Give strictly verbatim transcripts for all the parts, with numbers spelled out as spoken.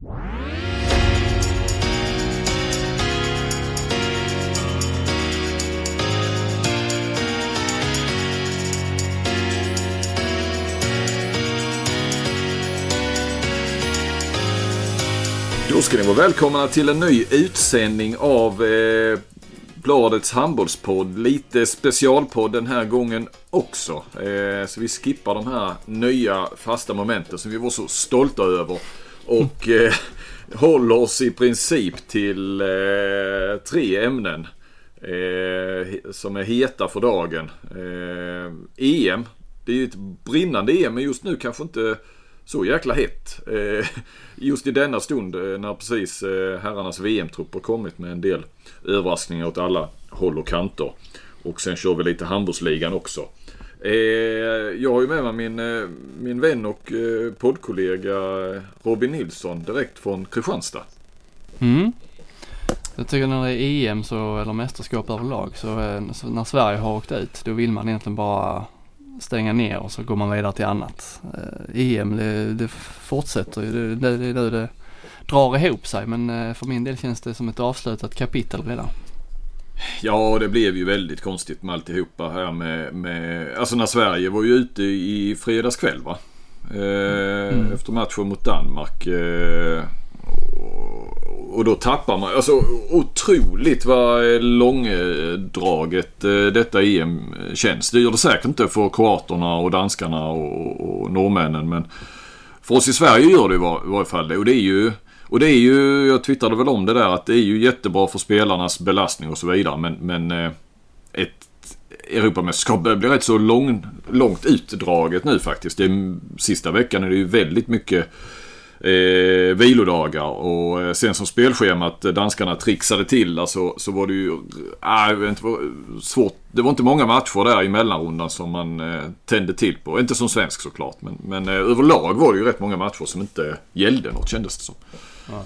Då ska ni vara välkomna till en ny utsändning av eh, Bladets handbollspodd. Lite specialpodd den här gången också. Eh, så vi skippar de här nya fasta momenten som vi var så stolta över. Och eh, håller oss i princip till eh, tre ämnen eh, som är heta för dagen. Eh, E M. Det är ju ett brinnande E M, men just nu kanske inte så jäkla hett. Eh, just i denna stund eh, när precis eh, herrarnas V M-trupp har kommit med en del överraskningar åt alla håll och kanter. Och sen kör vi lite handbollsligan också. Eh, jag har ju med mig min, eh, min vän och eh, poddkollega Robin Nilsson direkt från Kristianstad. Mm. Jag tycker när det är E M så, eller mästerskap överlag så, eh, så när Sverige har åkt ut, då vill man egentligen bara stänga ner och så går man vidare till annat. Eh, E M det, det fortsätter ju, det, det, det, det drar ihop sig, men eh, för min del känns det som ett avslutat kapitel redan. Ja, det blev ju väldigt konstigt med alltihopa här med, med alltså när Sverige var ju ute i fredagskväll va? Eh, mm. Efter matchen mot Danmark eh, och, och då tappar man alltså otroligt vad långdraget eh, detta E M känns. Det gör det säkert inte för kroaterna och danskarna och, och norrmännen, men för oss i Sverige gör det i var, varje fall det. Och det är ju Och det är ju, jag twittrade väl om det där, att det är ju jättebra för spelarnas belastning och så vidare. Men, men ett Europamästerskap blir rätt så lång, långt utdraget nu faktiskt. Det är, sista veckan är det ju väldigt mycket eh, vilodagar. Och sen som spelschemat danskarna trixade till, alltså, så var det ju äh, jag vet inte, svårt. Det var inte många matcher där i mellanrundan som man eh, tände till på. Inte som svensk såklart, men, men eh, överlag var det ju rätt många matcher som inte gällde något, kändes det som. Ja.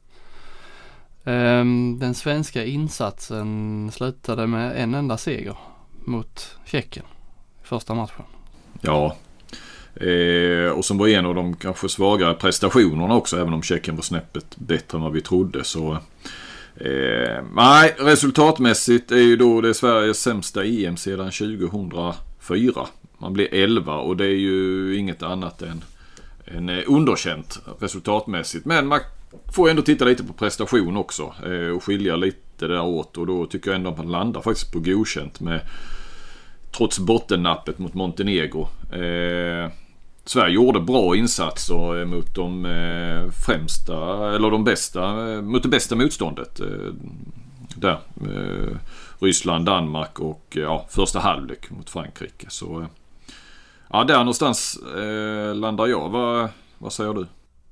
Um, den svenska insatsen slutade med en enda seger mot Tjeckien i första matchen. Ja, eh, och som var en av de kanske svagare prestationerna också, även om Tjeckien var snäppet bättre än vad vi trodde. Så eh, nej, resultatmässigt är ju då det Sveriges sämsta E M sedan tjugohundrafyra. Man blir elva och det är ju inget annat än en underkänt resultatmässigt, men man får ändå titta lite på prestation också eh, och skilja lite där åt, och då tycker jag ändå att man landar faktiskt på godkänt med, trots bottennappet mot Montenegro. Eh, Sverige gjorde bra insatser mot de eh, främsta eller de bästa mot det bästa motståndet eh, där eh, Ryssland, Danmark och ja, första halvlek mot Frankrike. Så eh, ja, där någonstans eh, landar jag. Vad, vad säger du?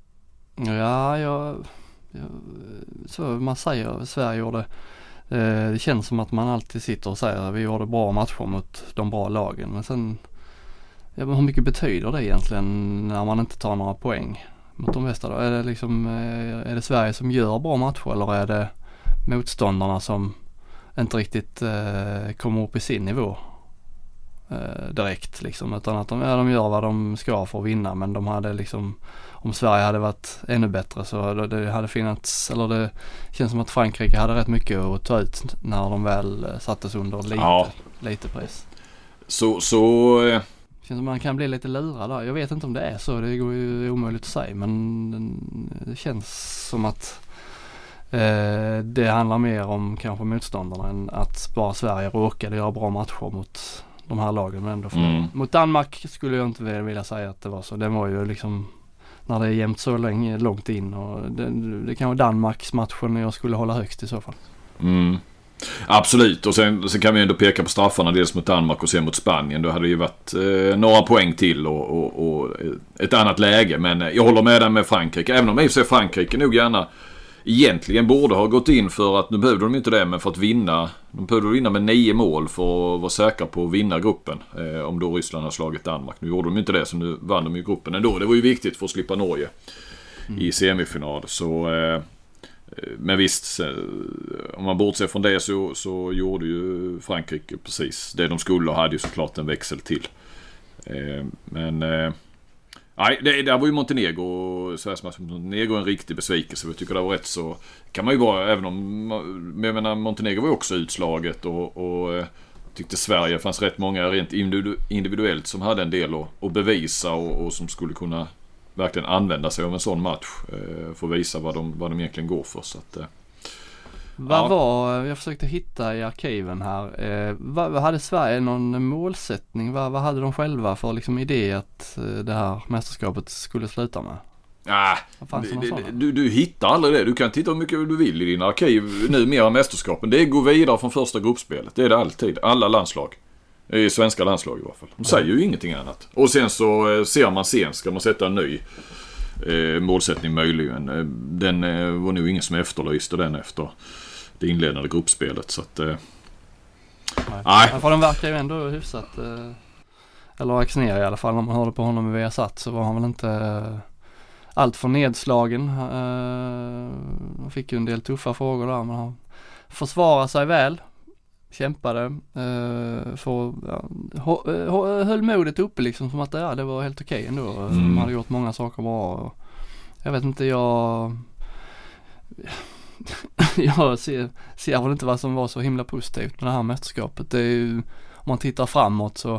Ja, jag, jag så man säger Sverige gjorde eh, det känns som att man alltid sitter och säger att vi gjorde bra matcher mot de bra lagen, men sen ja, men hur mycket betyder det egentligen när man inte tar några poäng mot de bästa då? Är det liksom eh, är det Sverige som gör bra matcher, eller är det motståndarna som inte riktigt eh, kommer upp i sin nivå eh, direkt liksom, utan att de, ja, de gör vad de ska för att vinna, men de hade liksom, om Sverige hade varit ännu bättre så det, det hade funnits, eller det känns som att Frankrike hade rätt mycket att ta ut när de väl sattes under lite, ja. lite press. Så, så eh... känns som man kan bli lite lurad där. Jag vet inte om det är så, det går ju omöjligt att säga, men det känns som att eh, det handlar mer om kanske motståndarna än att bara Sverige råkade göra bra matcher mot de här lagen, men ändå för mm. mot Danmark skulle jag inte vilja säga att det var så. Det var ju liksom när det är jämnt så länge, långt in, och det, det kan vara Danmarks matchen jag skulle hålla högst i så fall. Mm. Absolut, och sen, sen kan vi ändå peka på straffarna, dels mot Danmark och sen mot Spanien. Då hade det ju varit eh, några poäng till och, och, och ett annat läge, men jag håller med den med Frankrike, även om i och för sig Frankrike nog gärna egentligen borde ha gått in för att, nu behövde de inte det, men för att vinna, de behövde vinna med nio mål för att vara säkra på att vinna gruppen, eh, om då Ryssland har slagit Danmark. Nu gjorde de inte det, så nu vann de ju gruppen ändå. Det var ju viktigt för att slippa Norge mm. i semifinal, så eh, men visst, om man bortser från det så, så gjorde ju Frankrike precis det de skulle och hade ju såklart en växel till. Men Nej, det, där var ju Montenegro, Sveriges match mot Montenegro, en riktig besvikelse. Jag tycker det var rätt så, kan man ju vara, även om, jag menar, Montenegro var ju också utslaget och, och tyckte Sverige fanns rätt många rent individuellt som hade en del att, att bevisa och, och som skulle kunna verkligen använda sig av en sån match eh, för att visa vad de, vad de egentligen går för. Så att, eh, vad ja. var, jag försökte hitta i arkiven här, eh, vad, vad hade Sverige någon målsättning? Vad, vad hade de själva för liksom idé att eh, det här mästerskapet skulle sluta med? Ah, du, du hittar aldrig det. Du kan titta hur mycket du vill i din arkiv numera mästerskapen. Det är gå vidare från första gruppspelet. Det är det alltid. Alla landslag. I svenska landslag i alla fall. De säger ju ingenting annat. Och sen så ser man sen, ska man sätta en ny eh, målsättning möjligen. Den eh, var nog ingen som efterlyste den efter det inledande gruppspelet. Så att, eh, nej. För de verkar ju ändå hyfsat, eh, eller Axnér i alla fall, om man hörde på honom med Viasat så var han väl inte eh, allt för nedslagen. Han fick ju en del tuffa frågor där, men han försvarade sig väl. Kämpade. För, ja, höll modet uppe liksom, som att ja, det var helt okej ändå. Mm. De hade gjort många saker bra. Jag vet inte, jag... jag ser, ser väl inte vad som var så himla positivt med det här mästerskapet. Det är ju, om man tittar framåt så...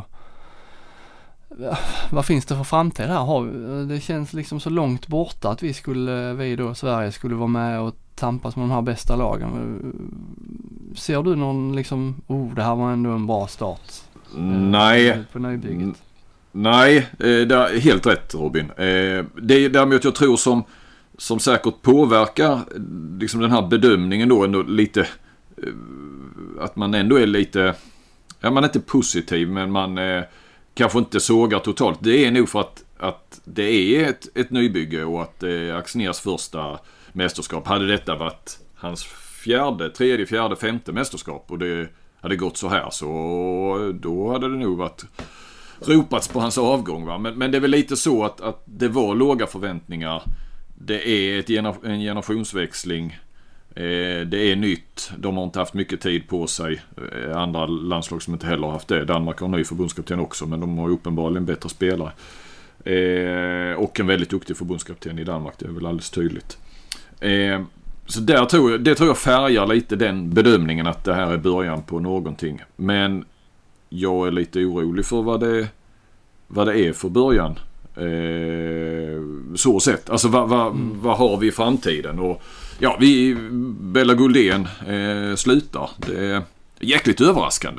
Vad finns det för framtid här? Det känns liksom så långt borta att vi skulle, vi då, Sverige skulle vara med och tampas med de här bästa lagen. Ser du någon liksom, oh, det här var ändå en bra start? Nej. På nybygget. Nej, det är helt rätt, Robin. Det är däremot jag tror som, som säkert påverkar liksom den här bedömningen då ändå lite, att man ändå är lite, ja, man är inte positiv, men man kanske inte sågar totalt. Det är nog för att, att det är ett, ett nybygge och att eh, Axnérs första mästerskap, hade detta varit hans fjärde, tredje, fjärde, femte mästerskap och det hade gått så här, så då hade det nog varit ropats på hans avgång. Va? Men, men det är väl lite så att, att det var låga förväntningar. Det är ett gener, en generationsväxling. Eh, det är nytt. De har inte haft mycket tid på sig. Eh, andra landslag som inte heller har haft det. Danmark har en ny förbundskapten också, men de har uppenbarligen bättre spelare. Eh, och en väldigt duktig förbundskapten i Danmark, det är väl alldeles tydligt. Eh, så där tror jag, det tror jag färgar lite den bedömningen att det här är början på någonting. Men jag är lite orolig för vad det, vad det är för början. Eh, så sett. Alltså vad, vad, mm. vad har vi i framtiden? Och ja, vi Bella Guldén eh, slutar. Det är jäkligt överraskande.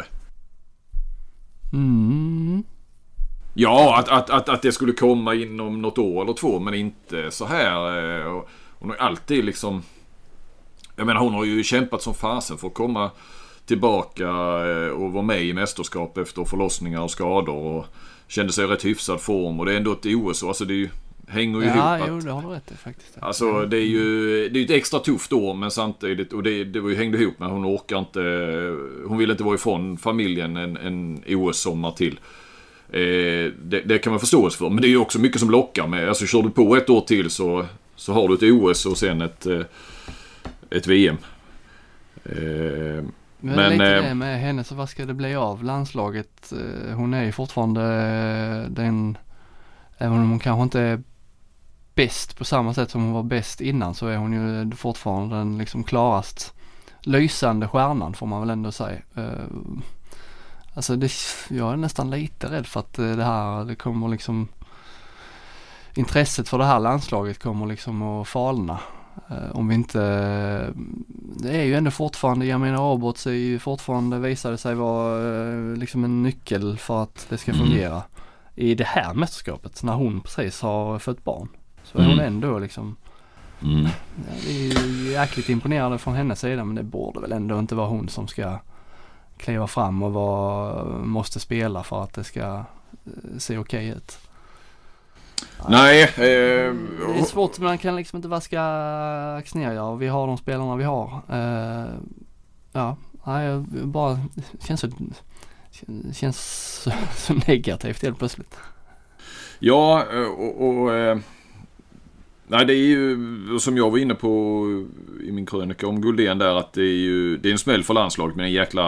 Mm. Ja, att, att, att, att det skulle komma inom något år eller två, men inte så här. Och hon har alltid liksom, jag menar, hon har ju kämpat som fasen för att komma tillbaka och vara med i mästerskap efter förlossningar och skador och kände sig i rätt hyfsad form, och det är ändå ett O S, alltså det är ju, hänger ju ja, ihop. Ja, att, jo, det har du rätt i faktiskt. Alltså det är ju det är ett extra tufft år, men samtidigt, och det, det var ju hängde ihop med, hon orkar inte, hon vill inte vara ifrån familjen en, en O S-sommar till. Eh, det, det kan man förstå för, men det är ju också mycket som lockar med, alltså kör du på ett år till så, så har du ett O S och sen ett, ett V M. Eh, Men, men lite det med henne, så vad ska det bli av landslaget? Hon är ju fortfarande den, även om hon kanske inte är bäst på samma sätt som hon var bäst innan, så är hon ju fortfarande den liksom klarast lysande stjärnan, får man väl ändå säga. Alltså det, jag är nästan lite rädd för att det här, det kommer liksom, intresset för det här landslaget kommer liksom att falna. Om vi inte, det är ju ändå fortfarande, jag menar Roberts är ju fortfarande, visade sig vara liksom en nyckel för att det ska fungera mm. i det här mästerskapet, när hon precis har fött barn, så är mm. hon ändå liksom mm. ja, det är ju jäkligt imponerande från hennes sida, men det borde väl ändå inte vara hon som ska kliva fram och var, måste spela för att det ska se okej ut. Nej, eh, det är svårt, man kan liksom inte vaska Axnér, ja, och vi har de spelarna vi har. Eh, ja, nej, bara känns så, känns så, så negativt helt plötsligt. Ja, och, och eh, nej, det är ju som jag var inne på i min krönika om Guldén där, att det är ju, det är en smäll för landslaget, men en jäkla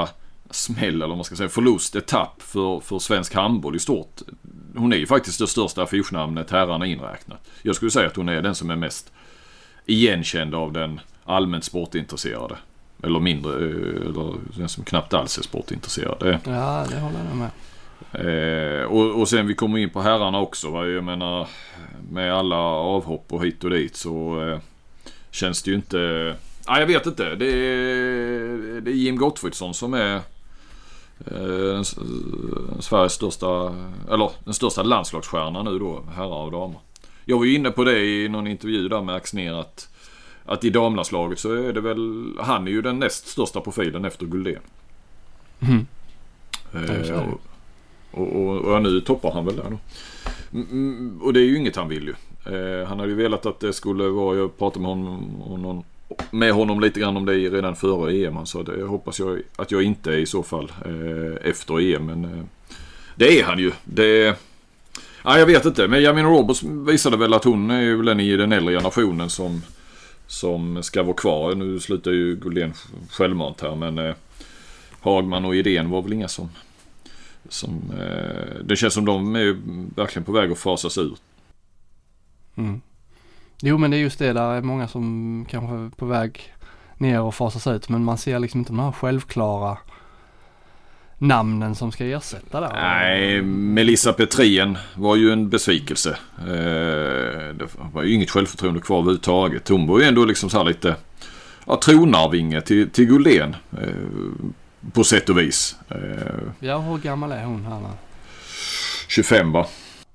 smäll eller vad man ska säga, förlust, etapp för, för svensk handboll i stort. Hon är ju faktiskt det största affischnamnet, herrarna inräknat. Jag skulle säga att hon är den som är mest igenkänd av den allmänt sportintresserade. Eller mindre, eller den som knappt alls är sportintresserad. Ja, det håller jag med. Eh, och, och sen vi kommer in på herrarna också. Va? Jag menar, med alla avhopp och hit och dit så eh, känns det ju inte... Ah, jag vet inte. Det är, det är Jim Gottfridsson som är eh, den, Sveriges största, eller den största landslagsstjärnan nu då, herrar och damer. Jag var ju inne på det i någon intervju där med Axner att, att i damlandslaget så är det väl, han är ju den näst största profilen efter Guldén. Mm. Eh, och, och, och nu toppar han väl där då. Mm, och det är ju inget han vill ju. Eh, han hade ju velat att det skulle vara, jag pratade med honom, honom med honom lite grann om det redan före E M. Så det hoppas jag att jag inte är i så fall eh, efter E M. Men eh, det är han ju. Det, ja, jag vet inte. Men Jamina Roberts visade väl att hon är väl den i den äldre generationen som, som ska vara kvar. Nu slutar ju Guldén självmant här. Men eh, Hagman och Idén var väl inga som... som eh, det känns som de är verkligen på väg att fasas ut. Mm. Jo, men det är just det, där är många som kanske är på väg ner och fasas ut, men man ser liksom inte de här självklara namnen som ska ersätta där. Nej, Melissa Petrén var ju en besvikelse. Eh, det var ju inget självförtroende kvar överhuvudtaget. Hon var ju ändå liksom så här lite ja, tronarvinge till, till Guldén eh, på sätt och vis. Eh, ja, hur gammal är hon här nu? tjugofem va?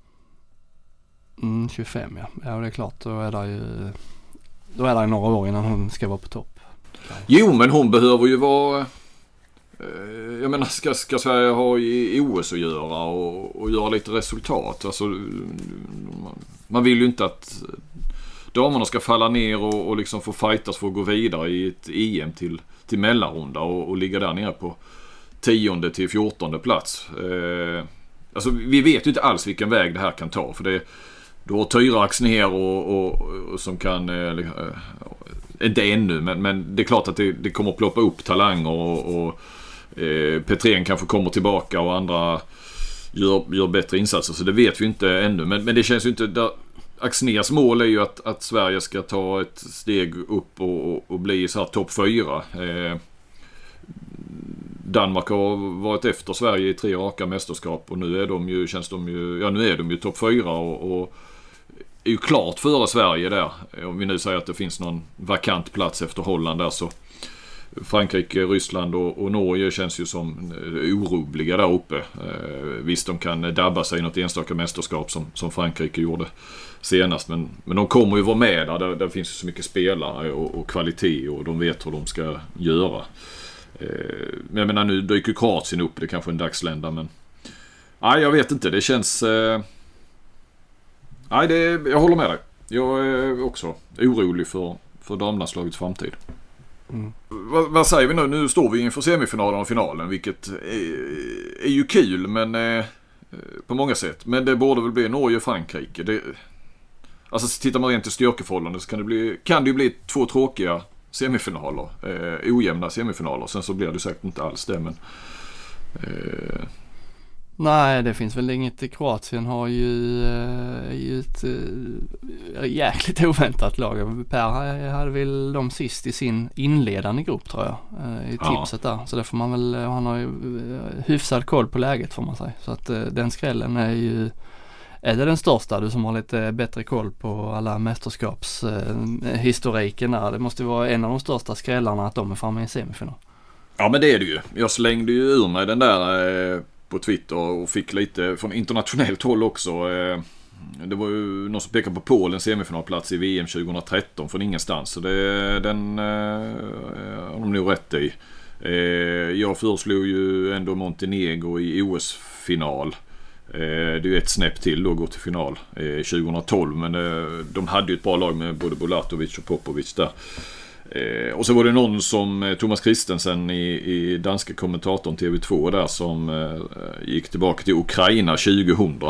Mm, tjugofem ja. Ja, det är klart. Då är det ju då är det några år innan hon ska vara på topp. Ja. Jo, men hon behöver ju vara eh, jag menar, ska, ska Sverige ha i O S att göra och, och göra lite resultat. Alltså, man vill ju inte att damerna ska falla ner och, och liksom få fightas för att gå vidare i ett E M till, till mellanrunda och, och ligga där nere på tionde till fjortonde plats. Eh, alltså, vi vet ju inte alls vilken väg det här kan ta, för det du har Tyra Axner och, och, och som kan eh, inte ännu, men, men det är klart att det, det kommer att ploppa upp talanger och, och eh, Petrén kanske kommer tillbaka och andra gör, gör bättre insatser, så det vet vi inte ännu, men, men det känns ju inte där, Axners mål är ju att, att Sverige ska ta ett steg upp och, och, och bli så här topp fyra. Eh, Danmark har varit efter Sverige i tre raka mästerskap och nu är de ju, känns de ju, ja nu är de ju topp fyra och, och är ju klart före Sverige där. Om vi nu säger att det finns någon vakant plats efter Holland där, så Frankrike, Ryssland och, och Norge känns ju som orubbliga där uppe. Eh, visst, de kan dabba sig i något enstaka mästerskap som, som Frankrike gjorde senast, men, men de kommer ju vara med där. Där, där finns ju så mycket spelare och, och kvalitet och de vet hur de ska göra. Eh, men jag menar, nu dyker Kroatien upp, det är kanske en dagslända, men nej, jag vet inte, det känns eh, nej, det, jag håller med dig. Jag är också orolig för, för damlandslagets framtid. Mm. Vad, vad säger vi nu? Nu står vi inför semifinalen och finalen, vilket är, är ju kul, men eh, på många sätt. Men det borde väl bli Norge och Frankrike. Det, alltså tittar man rent till styrkeförhållande så kan det bli, kan det ju bli två tråkiga semifinaler, eh, ojämna semifinaler. Sen så blir det säkert inte alls det, men eh, nej, det finns väl inget. Kroatien har ju, äh, ju ett äh, jäkligt oväntat lag. Per hade väl de sist i sin inledande grupp, tror jag, äh, i tipset ja. Där. Så det får man väl, han har ju äh, hyfsad koll på läget, får man säga. Så att äh, den skrällen är ju, är det den största, du som har lite bättre koll på alla mästerskapshistoriken äh, där. Det måste vara en av de största skrällarna att de är framme i semifinal. Ja, men det är det ju. Jag slängde ju ur mig den där äh... på Twitter och fick lite från internationellt håll också. Det var ju någon som pekade på Polens semifinalplats i V M tjugohundratretton från ingenstans. Så det, den har de nog rätt i. Jag föreslog ju ändå Montenegro i O S-final. Det är ju ett snäpp till då att gå till final tjugohundratolv. Men de hade ju ett bra lag med både Bulatovic och Popovic där. Eh, och så var det någon som Thomas Christensen i, i danska kommentatorn T V två där som eh, gick tillbaka till Ukraina tjugohundra.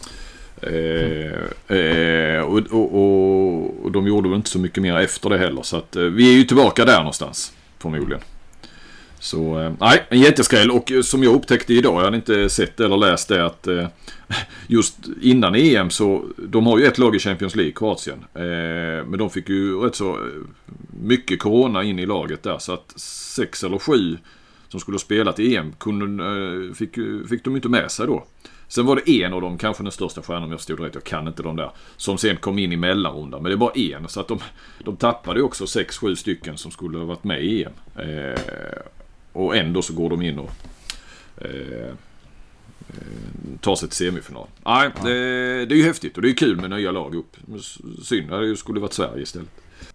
Eh, eh, och, och, och, och de gjorde väl inte så mycket mer efter det heller, så att eh, vi är ju tillbaka där någonstans förmodligen. Så eh, nej, en jätteskräll. Och som jag upptäckte idag, jag hade inte sett eller läst det, att eh, just innan E M så, de har ju ett lag i Champions League, Kroatien. Eh, men de fick ju rätt så mycket corona in i laget där, så att sex eller sju som skulle spela till E M kunde, eh, fick, fick de inte med sig då. Sen var det en av dem, kanske den största stjärnan, om jag stod rätt, jag kan inte de där, som sen kom in i mellanrundan. Men det var en, så att de, de tappade också sex sju stycken som skulle ha varit med i E M. Eh, och ändå så går de in och eh, tar sig till semifinal. Nej, ja. det, det är ju häftigt och det är kul med nya lag upp. Synd, det skulle varit Sverige istället.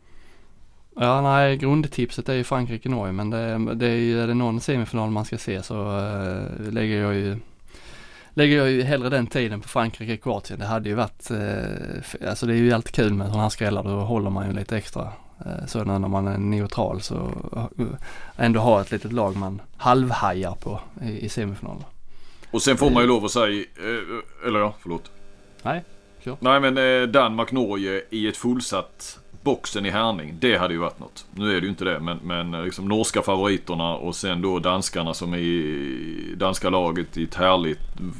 Ja, nej, grundtipset är ju Frankrike-Norge, men det, det är ju är det någon semifinal man ska se så äh, lägger jag ju lägger jag ju hellre den tiden på Frankrike-Kroatien. Det hade ju varit, äh, alltså det är ju alltid kul med sådana här skrällar, då håller man ju lite extra. Äh, så när man är neutral så äh, ändå ha ett litet lag man halvhajar på i, i semifinalen. Och sen får man ju lov att säga, äh, eller ja, förlåt. Nej, kör. Nej, men äh, Danmark-Norge i ett fullsatt boxen i Härning, det hade ju varit något. Nu är det ju inte det, men, men liksom norska favoriterna och sen då danskarna som är i danska laget i ett härligt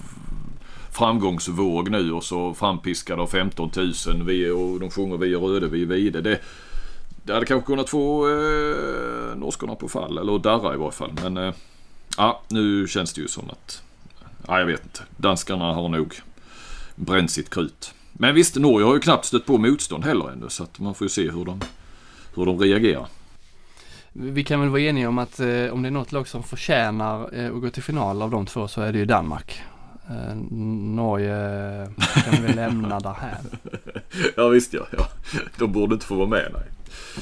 framgångsvåg nu, och så frampiskade av femton tusen vi, och de sjunger vi är röda, vi är vide. Det, det hade kanske kunnat få eh, norskorna på fall, eller darra i varje fall. Men eh, ja, nu känns det ju som att, ja, jag vet inte. Danskarna har nog bränt sitt krut. Men visst, Norge har ju knappt stött på motstånd heller ännu, så att man får ju se hur de, hur de reagerar. Vi kan väl vara eniga om att eh, om det är något lag som förtjänar eh, att gå till final av de två, så är det ju Danmark. Eh, Norge kan vi väl lämna där här. Ja visst, ja, ja. De borde inte få vara med, nej.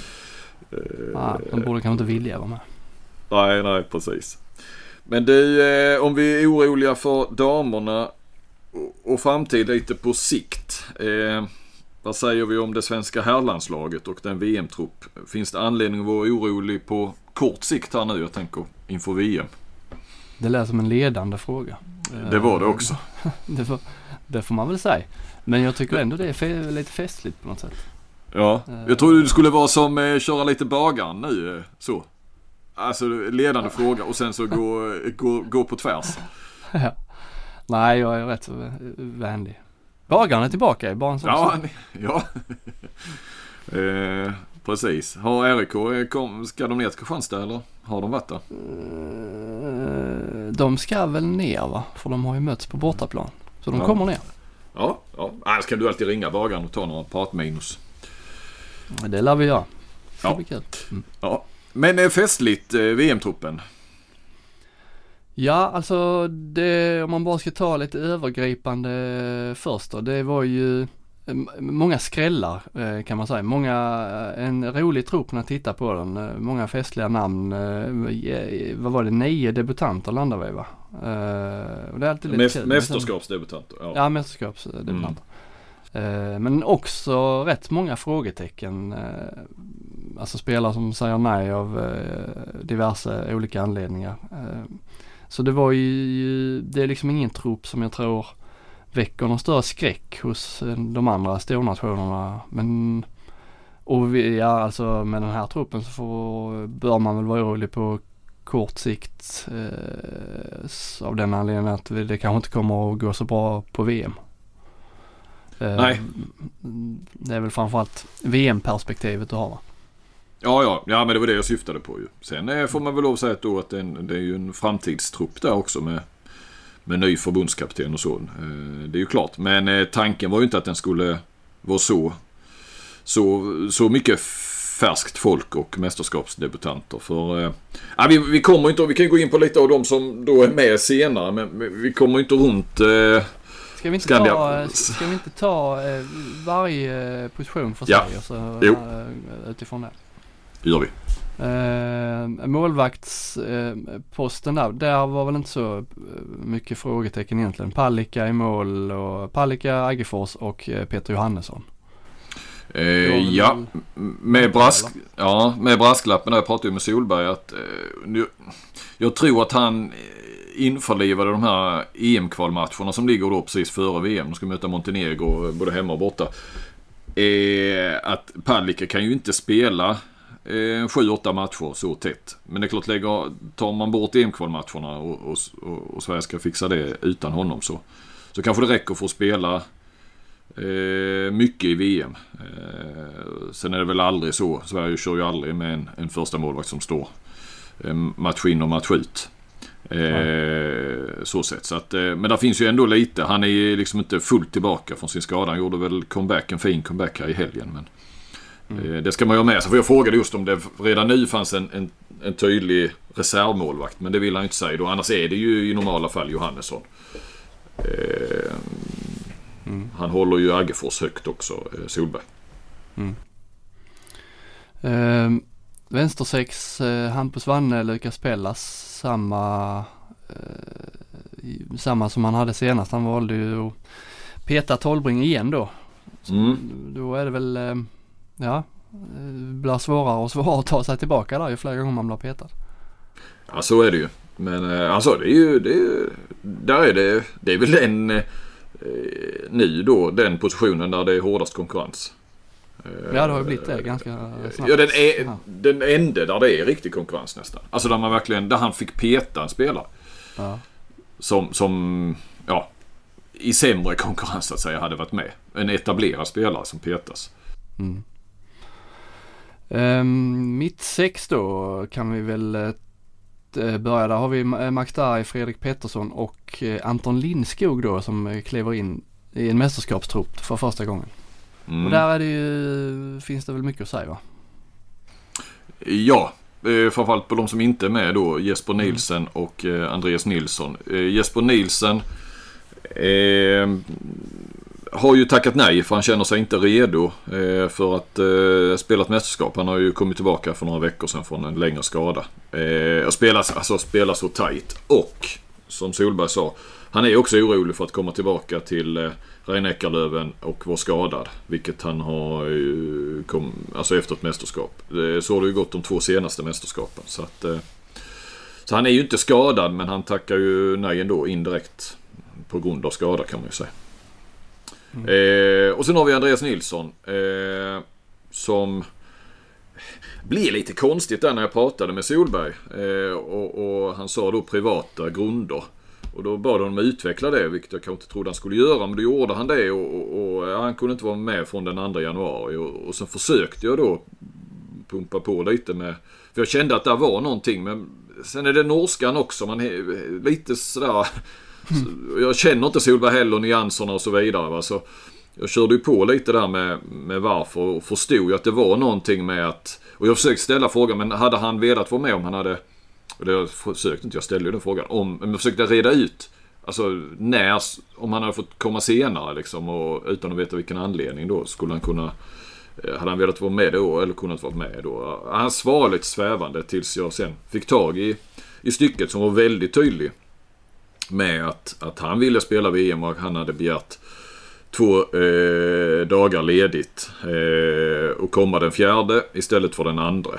Ah, de borde kanske inte vilja vara med. Nej, nej, precis. Men det, eh, om vi är oroliga för damerna och framtid lite på sikt. Eh, vad säger vi om det svenska herrlandslaget och den V M-trupp? Finns det anledning att vara orolig på kort sikt här nu, jag tänker, inför V M? Det lät som en ledande fråga. Det var det också. det, får, det får man väl säga. Men jag tycker ändå det är fe- lite festligt på något sätt. Ja, jag tror det skulle vara som eh, köra lite bagaren nu, eh, så. Alltså ledande fråga och sen så gå, gå, gå på tvärs. Ja. Nej, jag är rätt så vänlig. Bagaren är tillbaka i barn som ja, ja. eh, precis. Har R I K, kom, ska de ner till Kristianstad eller har de varit där? De ska väl ner, va? För de har ju mötts på bortaplan. Så de ja. kommer ner. Ja, ja. Annars kan du alltid ringa bagaren och ta några partminus. Det lär vi göra. Det ja. blir kul. Mm. Ja. Men är festligt eh, V M-truppen? Ja, alltså det, om man bara ska ta lite övergripande först då, det var ju många skrällar kan man säga. Många, en rolig trupp när jag tittar på den. Många festliga namn. Vad var det? Nio debutanter landade vi, va? Och det är alltid lite Mäst, kul. Mästerskapsdebutanter. Ja, ja mästerskapsdebutanter. Mm. Men också rätt många frågetecken. Alltså spelare som säger nej av diverse olika anledningar. Så det var ju, det är liksom ingen trupp som jag tror väcker någon större skräck hos de andra stornationerna. Men, och vi, ja, alltså med den här truppen så får, bör man väl vara orolig på kort sikt eh, av den anledningen att det kanske inte kommer att gå så bra på V M. Eh, Nej. Det är väl framförallt V M-perspektivet du har, va? Ja, ja, ja, men det var det jag syftade på ju. Sen eh, får man väl lov att säga att, då att det är, en, det är ju en framtidstrupp där också med, med ny förbundskapten och så. Eh, det är ju klart. Men eh, tanken var ju inte att den skulle vara så, så, så mycket färskt folk och mästerskapsdebutanter. För eh, ja, vi, vi kommer inte, vi kan gå in på lite av dem som då är med senare, men vi kommer inte runt... Eh, Ska vi inte Skandia. ta, ska vi inte ta eh, varje position för sig ja. och så, eh, utifrån det? Det gör vi. Eh, målvaktsposten eh, där, där var väl inte så mycket frågetecken egentligen. Palicka i mål och Palicka, Aggefors och eh, Peter Johannesson. Eh, ja, med, brask, ja, med brasklappen där jag pratade med Solberg att eh, nu, jag tror att han införlivade de här E M-kvalmatcherna som ligger då precis före V M. De ska möta Montenegro både hemma och borta. Eh, att Palicka kan ju inte spela eh, sju åtta matcher så tätt. Men det är klart, lägger, tar man bort E M-kvalmatcherna och, och, och, och Sverige ska fixa det utan honom så, så kanske det räcker för att spela eh, mycket i V M. Eh, sen är det väl aldrig så. Sverige kör ju aldrig med en, en första målvakt som står eh, match in och match ut. Eh, så sett. Så att, eh, men där finns ju ändå lite. Han är ju liksom inte fullt tillbaka från sin skada. Han gjorde väl comeback, en fin comeback här i helgen. Men mm. eh, det ska man ju ha med sig. För jag frågade just om det redan nu fanns en, en, en tydlig reservmålvakt. Men det vill han inte säga då. Annars är det ju i normala fall Johannesson. Eh, mm. Han håller ju Aggefors högt också, eh, Solberg. Mm. Eh, Vänstersex, eh, Hampus Wanne, Lukas Pellas. Samma, eh, samma som han hade senast. Han valde ju att peta Tolbring igen då. Mm. Då är det väl, eh, ja, det blir svårare och svårare att ta sig tillbaka där ju fler gånger man blir petad. Ja, så är det ju. Men eh, alltså det är ju, det är, där är det, det är väl den eh, nu då, den positionen där det är hårdast konkurrens. Ja, det har ju blivit det ganska snabbt. Ja, den, är, den enda där det är riktig konkurrens nästan. Alltså där man verkligen, där han fick peta en spelare. Ja. Som, som, ja, i sämre konkurrens att säga hade varit med. En etablerad spelare som petas. Mm. Um, mitt sex då kan vi väl uh, börja. Där har vi Max Darj, Fredrik Pettersson och uh, Anton Lindskog då som uh, kliver in i en mästerskapstrupp för första gången. Mm. Och där är det ju, finns det väl mycket att säga, va? Ja, eh, framförallt på de som inte är med då, Jesper Nielsen mm. och eh, Andreas Nilsson. Eh, Jesper Nielsen eh, har ju tackat nej för han känner sig inte redo eh, för att eh, spela ett mästerskap. Han har ju kommit tillbaka för några veckor sedan från en längre skada. Eh, och spelar, alltså, spelar så tajt. Och, som Solberg sa, han är också orolig för att komma tillbaka till eh, Rhein-Neckarlöven och var skadad, vilket han har ju kom, alltså efter ett mästerskap. Det, så har det ju gått de två senaste mästerskapen. Så, att, eh, så han är ju inte skadad, men han tackar ju nej ändå indirekt på grund av skada kan man ju säga. Mm. Eh, och sen har vi Andreas Nilsson eh, som blir lite konstigt där när jag pratade med Solberg eh, och, och han sa då privata grunder. Och då bad honom utveckla det, vilket jag kanske inte trodde han skulle göra. Men då gjorde han det och, och, och ja, han kunde inte vara med från den andra januari. Och, och sen försökte jag då pumpa på lite med... För jag kände att det var någonting. Men sen är det norskan också. Man är lite sådär... Mm. Jag känner inte Solberg heller, nyanserna och så vidare. Va? Så jag körde ju på lite där med, med varför. Och förstod ju att det var någonting med att... Och jag försökte ställa frågan, men hade han velat vara med om han hade... Och det försökte inte, jag ställde ju den frågan. Om, men jag försökte reda ut. Alltså när, om han hade fått komma senare liksom, och utan att veta vilken anledning då. Skulle han kunna, hade han velat vara med då eller kunnat vara med då. Han svarade lite svävande tills jag sen fick tag i, i stycket som var väldigt tydlig. Med att, att han ville spela V M och han hade begärt två eh, dagar ledigt. Eh, och komma den fjärde istället för den andra.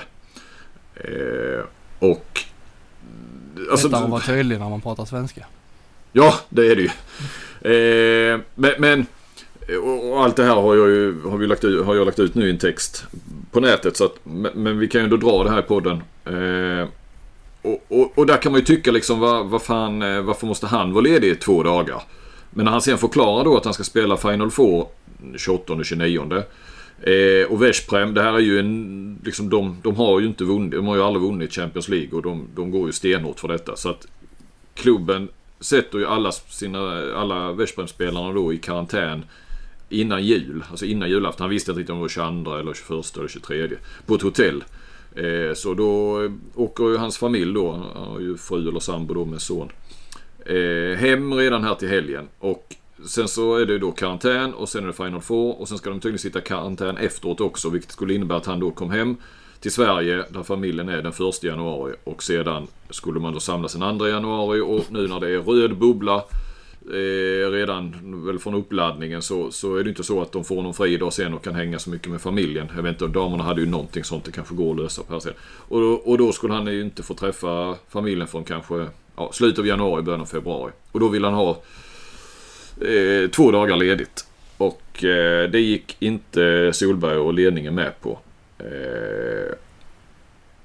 Eh, och Alltså, det var tydligt när man pratar svenska. Ja, det är det ju. Eh, men, men och, och allt det här har jag ju har vi lagt ut, har jag lagt ut nu i en text på nätet så att, men, men vi kan ju ändå dra det här i podden. Eh, och, och, och där kan man ju tycka liksom vad, vad fan, varför måste han vara ledig i två dagar? Men när han sen förklarar då att han ska spela Final Four tjugoåttonde och tjugonionde Eh, och Veszprem, det här är ju en liksom de, de har ju inte vunnit, de har ju aldrig vunnit Champions League och de, de går ju stenhårt för detta så att klubben sätter ju alla sina alla Veszprem-spelarna då i karantän innan jul, alltså innan julafton. Han visste inte om det var tjugoandra eller tjugoförsta eller tjugotredje på ett hotell. Eh, så då åker ju hans familj då, han har ju fru eller sambo då med son eh, hem redan här till helgen och sen så är det då karantän och sen är det Final Four och sen ska de tydligen sitta karantän efteråt också, vilket skulle innebära att han då kom hem till Sverige där familjen är den första januari och sedan skulle man då samlas den andra januari och nu när det är röd bubbla eh, redan väl från uppladdningen så, så är det inte så att de får någon fridag sen och kan hänga så mycket med familjen. Jag vet inte, damerna hade ju någonting sånt, det kanske går att lösa på här sätt. Och då, och då skulle han ju inte få träffa familjen från kanske ja, slutet av januari, början av februari. Och då vill han ha Eh, två dagar ledigt och eh, det gick inte Solberg och ledningen med på eh,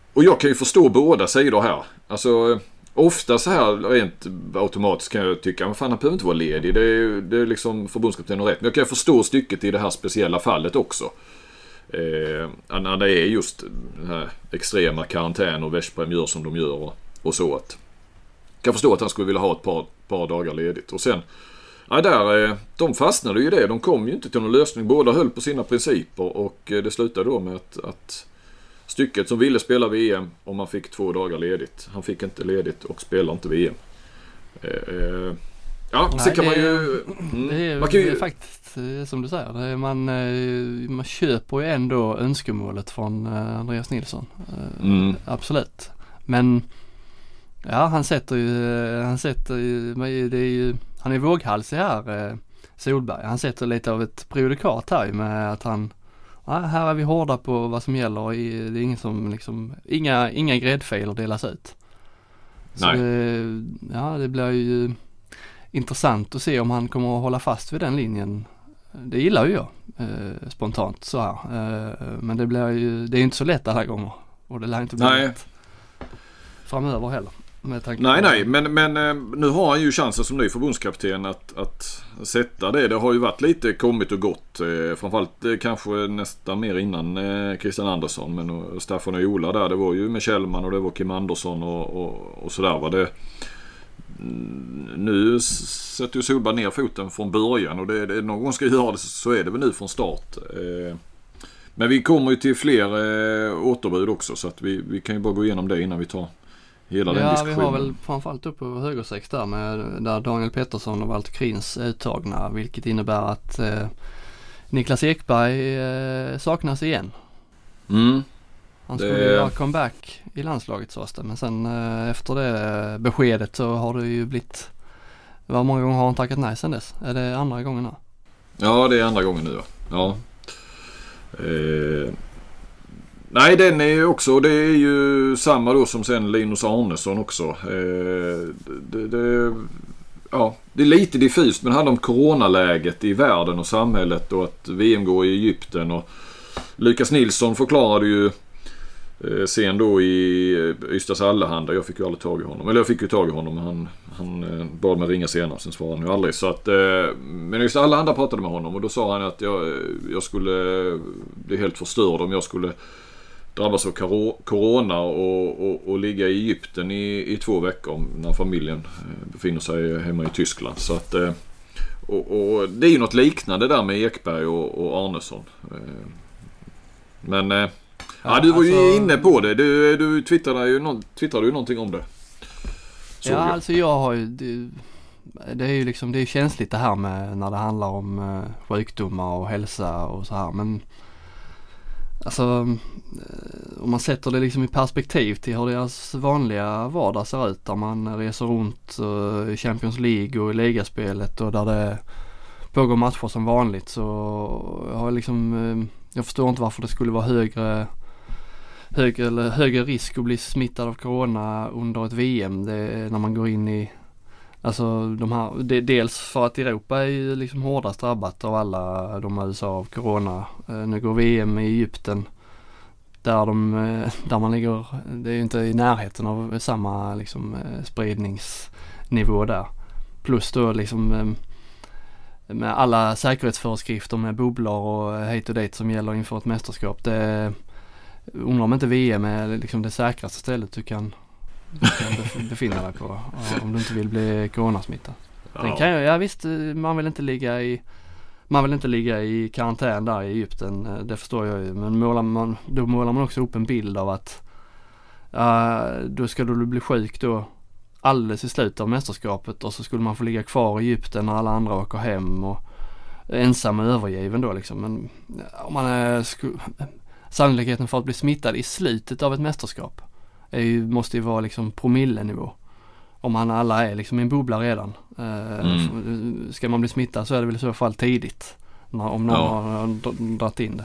och jag kan ju förstå båda sidor här. Alltså ofta så här rent automatiskt kan jag tycka, men fan han behöver inte vara ledig. Det är, det är liksom förbundskapten och rätt. Men jag kan förstå stycket i det här speciella fallet också. Eh, när det är just den här extrema karantän och Veszprem gör som de gör och, och så att. Jag kan förstå att han skulle vilja ha ett par, par dagar ledigt. Och sen, ja där, de fastnade ju det. De kom ju inte till någon lösning. Båda höll på sina principer och det slutade då med att, att stycket som ville spela V M och man fick två dagar ledigt. Han fick inte ledigt och spelar inte V M. Eh, ja, Nej, sen kan det, man ju... Mm, det, är, man kan ju det är faktiskt som du säger. Det är, man, man köper ju ändå önskemålet från Andreas Nilsson. Mm. Absolut. Men ja, han sätter ju, han sätter ju, det är ju, han är våghalsig här, Solberg. Han sätter lite av ett prejudikat här med att han, ja, här är vi hårda på vad som gäller. Det är ingen som liksom, inga, inga gräddfiler delas ut. Så Nej. Det, ja, det blir ju intressant att se om han kommer att hålla fast vid den linjen. Det gillar ju jag eh, spontant så här. Eh, men det blir ju, det är inte så lätt alla gånger. Och det lär inte bli Nej. lätt framöver heller. Nej, nej, men, men nu har han ju chansen som ny förbundskapten att, att sätta det. Det har ju varit lite kommit och gått. Eh, framförallt eh, kanske nästan mer innan eh, Christian Andersson. Men och Staffan och Ola där, det var ju med Kjellman och det var Kim Andersson och, och, och sådär var det. Nu sätter ju Solberg ner foten från början och det, det, någon gång ska göra det så är det väl nu från start. Eh, men vi kommer ju till fler eh, återbud också så att vi, vi kan ju bara gå igenom det innan vi tar hela den ja, diskussionen. Ja, vi har väl framförallt upp på högersex där med där Daniel Pettersson och Walter Krins uttagna, vilket innebär att eh, Niklas Ekberg eh, saknas igen. Mm. Han skulle det... göra comeback i landslaget sades det, men sen eh, efter det beskedet så har det ju blivit, vad många gånger har han tackat nej sen dess? Är det andra gången nu? Ja, det är andra gången nu va? Ja. Eh... Nej, den är ju också, det är ju samma då som sen Linus Arnesson också. Eh, det, det, ja, det är lite diffust men det handlar om coronaläget i världen och samhället och att V M går i Egypten och Lukas Nilsson förklarade ju eh, sen då i Ystads Allehanda, jag fick ju aldrig tag i honom, eller jag fick ju tag i honom men han, han eh, bad mig ringa senare, sen svarade han ju aldrig så att, eh, men Ystads Allehanda pratade med honom och då sa han att jag, jag skulle bli helt förstörd om jag skulle drabbas av corona och, och, och ligga i Egypten i, i två veckor när familjen befinner sig hemma i Tyskland. Så att, och, och det är ju något liknande där med Ekberg och, och Arnesson. Men ja, ja, du var ju alltså, inne på det. Du, du twittrade ju, no, twittrade ju någonting om det. Så ja, jag. alltså jag har ju... Det, det är ju liksom, det är känsligt det här med när det handlar om sjukdomar och hälsa och så här. Men alltså om man sätter det liksom i perspektiv till hur deras vanliga vardag ser ut där man reser runt i Champions League och i ligaspelet och där det pågår matcher som vanligt, så jag har liksom, jag förstår inte varför det skulle vara högre högre, eller högre risk att bli smittad av corona under ett V M det är när man går in i, alltså de här, det, dels för att Europa är ju liksom hårdast drabbat av alla de U S A av corona. Eh, nu går V M i Egypten där, de, eh, där man ligger, det är ju inte i närheten av samma liksom, eh, spridningsnivå där. Plus då liksom eh, med alla säkerhetsföreskrifter med bubblor och hit och dit som gäller inför ett mästerskap. Det, undrar om inte V M är liksom det säkraste stället du kan kan befinna dig på om du inte vill bli coronasmittad. Ja. Sen kan jag, ja visst, man vill inte ligga i man vill inte ligga i karantän där i Egypten, det förstår jag ju, men målar man, då målar man också upp en bild av att uh, då ska du bli sjuk då alldeles i slutet av mästerskapet och så skulle man få ligga kvar i Egypten när alla andra åker hem och ensam och övergiven då liksom. Men om man är sku- sannolikheten för att bli smittad i slutet av ett mästerskap är ju, måste ju vara liksom promillenivå. Om man alla är liksom i en bubbla redan. Mm. Ska man bli smittad så är det väl i så fall tidigt. Om någon ja. har dragit in det.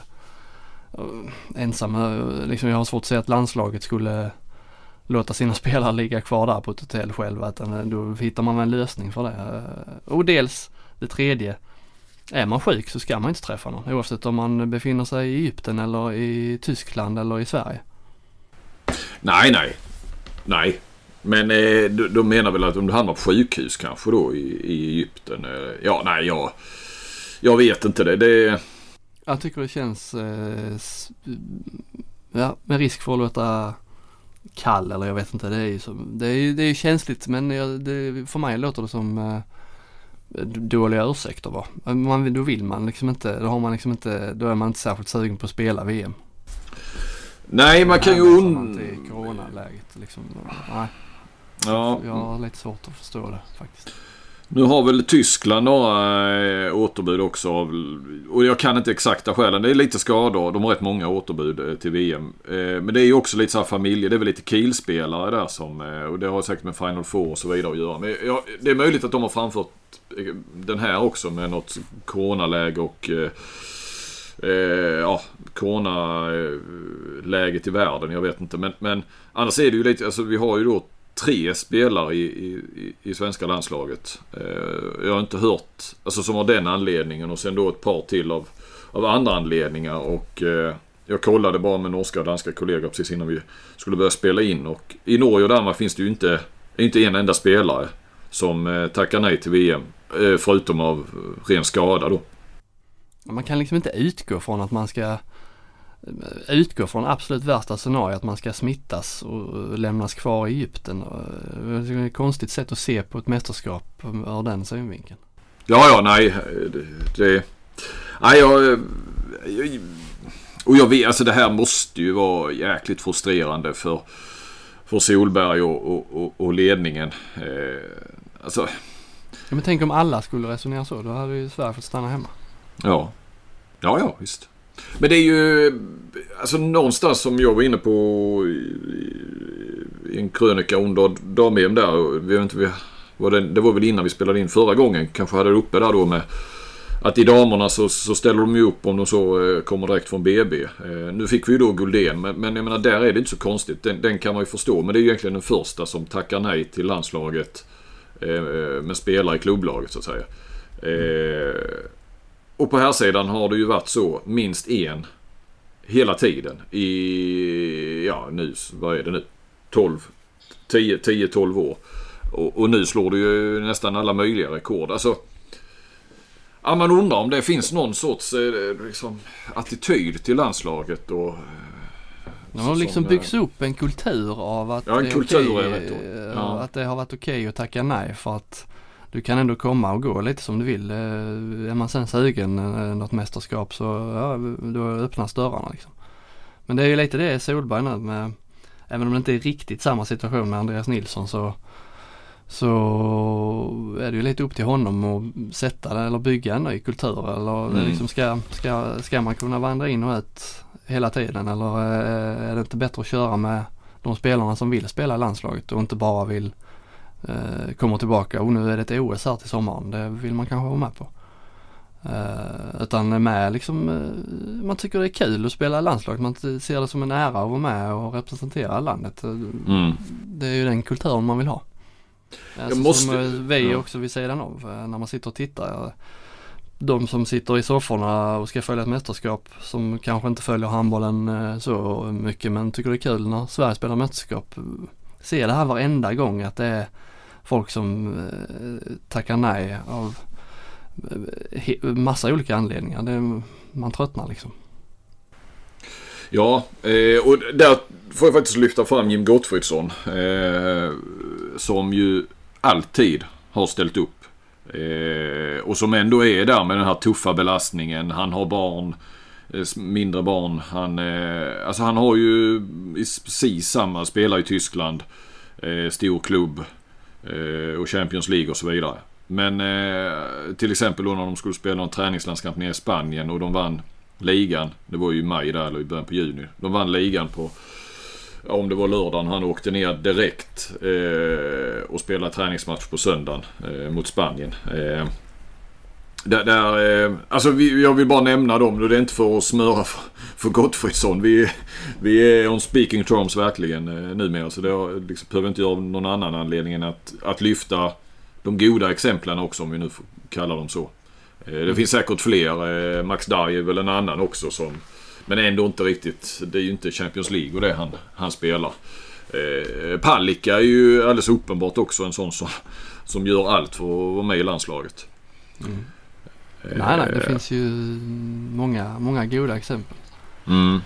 Ensam, liksom jag har svårt att säga att landslaget skulle låta sina spelare ligga kvar där på ett hotell själva. Utan då hittar man en lösning för det. Och dels det tredje. Är man sjuk så ska man inte träffa någon. Oavsett om man befinner sig i Egypten eller i Tyskland eller i Sverige. Nej, nej. Nej. Men eh, de menar väl att om du hamnar på sjukhus kanske då i, i Egypten. Eh, ja, nej, jag, jag vet inte det. det. Jag tycker det känns eh, ja, med risk för att låta kall eller jag vet inte. Det är ju som, det är, det är känsligt men jag, det, för mig låter det som eh, dåliga ursäkter va. Man, då vill man liksom inte, då har man liksom inte, då är man inte särskilt sugen på att spela V M. Nej, man kan ju un... till coronaläget liksom. Nej. Ja. Jag har lite svårt att förstå det faktiskt. Nu har väl Tyskland några äh, återbud också av, och jag kan inte exakta skälen. Det är lite skador, de har rätt många återbud äh, till V M. Äh, men det är ju också lite så här familje, det är väl lite Kiel-spelare där som, äh, och det har säkert med Final Four och så vidare att göra. Men ja, det är möjligt att de har framfört äh, den här också med något coronaläge och äh, äh, ja, coronaläget i världen, jag vet inte. Men, men annars är det ju lite, alltså vi har ju då tre spelare i, i, i svenska landslaget. Eh, jag har inte hört, alltså som har den anledningen och sen då ett par till av, av andra anledningar och eh, jag kollade bara med norska och danska kollegor precis innan vi skulle börja spela in och i Norge och Danmark finns det ju inte, inte en enda spelare som eh, tackar nej till V M eh, förutom av ren skada då. Man kan liksom inte utgå från att man ska utgå från absolut värsta scenario att man ska smittas och lämnas kvar i Egypten. Det är ett konstigt sätt att se på ett mästerskap ur den synvinkeln. Ja, ja, nej. Det, det, nej, jag, jag, och jag vet, alltså det här måste ju vara jäkligt frustrerande för, för Solberg och, och, och, och ledningen. Eh, alltså. Ja, men tänk om alla skulle resonera så, då hade ju Sverige fått stanna hemma. Ja, ja, ja, visst. Men det är ju alltså någonstans som jag var inne på i, i en krönika under dam-E M där. Vi vet inte, vi, var det, det var väl innan vi spelade in förra gången. Kanske hade det uppe där då med att i damerna så, så ställer de ju upp om de så eh, kommer direkt från B B. Eh, nu fick vi ju då Guldén, men, men jag menar där är det inte så konstigt. Den, den kan man ju förstå, men det är ju egentligen den första som tackar nej till landslaget eh, med spelare i klubblaget så att säga. Eh, Och på här sidan har det ju varit så minst en hela tiden i, ja nu, vad är det nu? tolv, tio tolv år. Och, och nu slår det ju nästan alla möjliga rekord. Alltså, ja, man undrar om det finns någon sorts eh, liksom, attityd till landslaget och det har liksom som, byggts upp en kultur av att, ja, en det, kultur okay, är rätt ja. att det har varit okej okay att tacka nej för att du kan ändå komma och gå lite som du vill. Är man sen sugen något mästerskap så ja, då öppnas dörrarna liksom. Men det är ju lite det Solberg nu med, även om det inte är riktigt samma situation med Andreas Nilsson så, så är det ju lite upp till honom att sätta det eller bygga en ny kultur eller mm. liksom ska, ska, ska man kunna vandra in och ut hela tiden eller är det inte bättre att köra med de spelarna som vill spela i landslaget och inte bara vill kommer tillbaka och nu är det ett O S här till sommaren, det vill man kanske vara med på. Uh, utan med liksom, uh, man tycker det är kul att spela i landslaget, man ser det som en ära att vara med och representera landet. Mm. Det är ju den kulturen man vill ha. Alltså, måste, som vi ja. också vill säga den av när man sitter och tittar. De som sitter i sofforna och ska följa ett mästerskap som kanske inte följer handbollen uh, så mycket men tycker det är kul när Sverige spelar mästerskap. Ser det här varenda gång att det är folk som eh, tackar nej av eh, massa olika anledningar. Det, man tröttnar liksom. Ja, eh, och där får jag faktiskt lyfta fram Jim Gottfridsson eh, som ju alltid har ställt upp. Eh, och som ändå är där med den här tuffa belastningen. Han har barn, eh, mindre barn. Han, eh, alltså han har ju i precis samma spelare i Tyskland. Eh, stor klubb eh, och Champions League och så vidare. Men eh, till exempel då när de skulle spela en träningslandskamp nere i Spanien och de vann ligan, det var ju i maj där eller i början på juni. De vann ligan på, ja, om det var lördagen, han åkte ner direkt eh, och spelade träningsmatch på söndagen eh, mot Spanien. Eh, Där, där, eh, alltså vi, jag vill bara nämna dem och det är inte för att smöra för, för Gottfridsson. Vi, vi är on speaking terms verkligen eh, numera så det har, liksom, behöver inte göra någon annan anledning än att, att lyfta de goda exemplen också om vi nu får kalla dem så. Eh, det mm. finns säkert fler. Eh, Max Darj är väl en annan också som, men ändå inte riktigt, det är ju inte Champions League och det han, han spelar. Eh, Palicka är ju alldeles uppenbart också en sån som, som gör allt för att vara med i landslaget. Mm. Eh, nej, nej, det finns ju många, många goda exempel. Mm.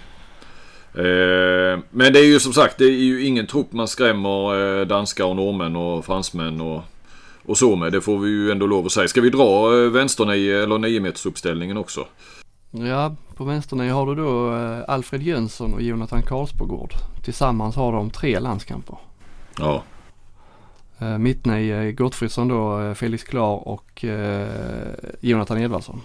Eh, men det är ju som sagt, det är ju ingen trupp man skrämmer eh, danskar och norrmän och fransmän och, och så med. Det får vi ju ändå lov att säga. Ska vi dra eh, vänsternio eller nio meters uppställningen också? Ja, på vänsternio har du då eh, Alfred Jönsson och Jonathan Karlsbogård. Tillsammans har de tre landskamper. Ja. Eh, Mittnio Gottfridsson då, eh, Felix Klar och eh, Jonathan Edvardsson.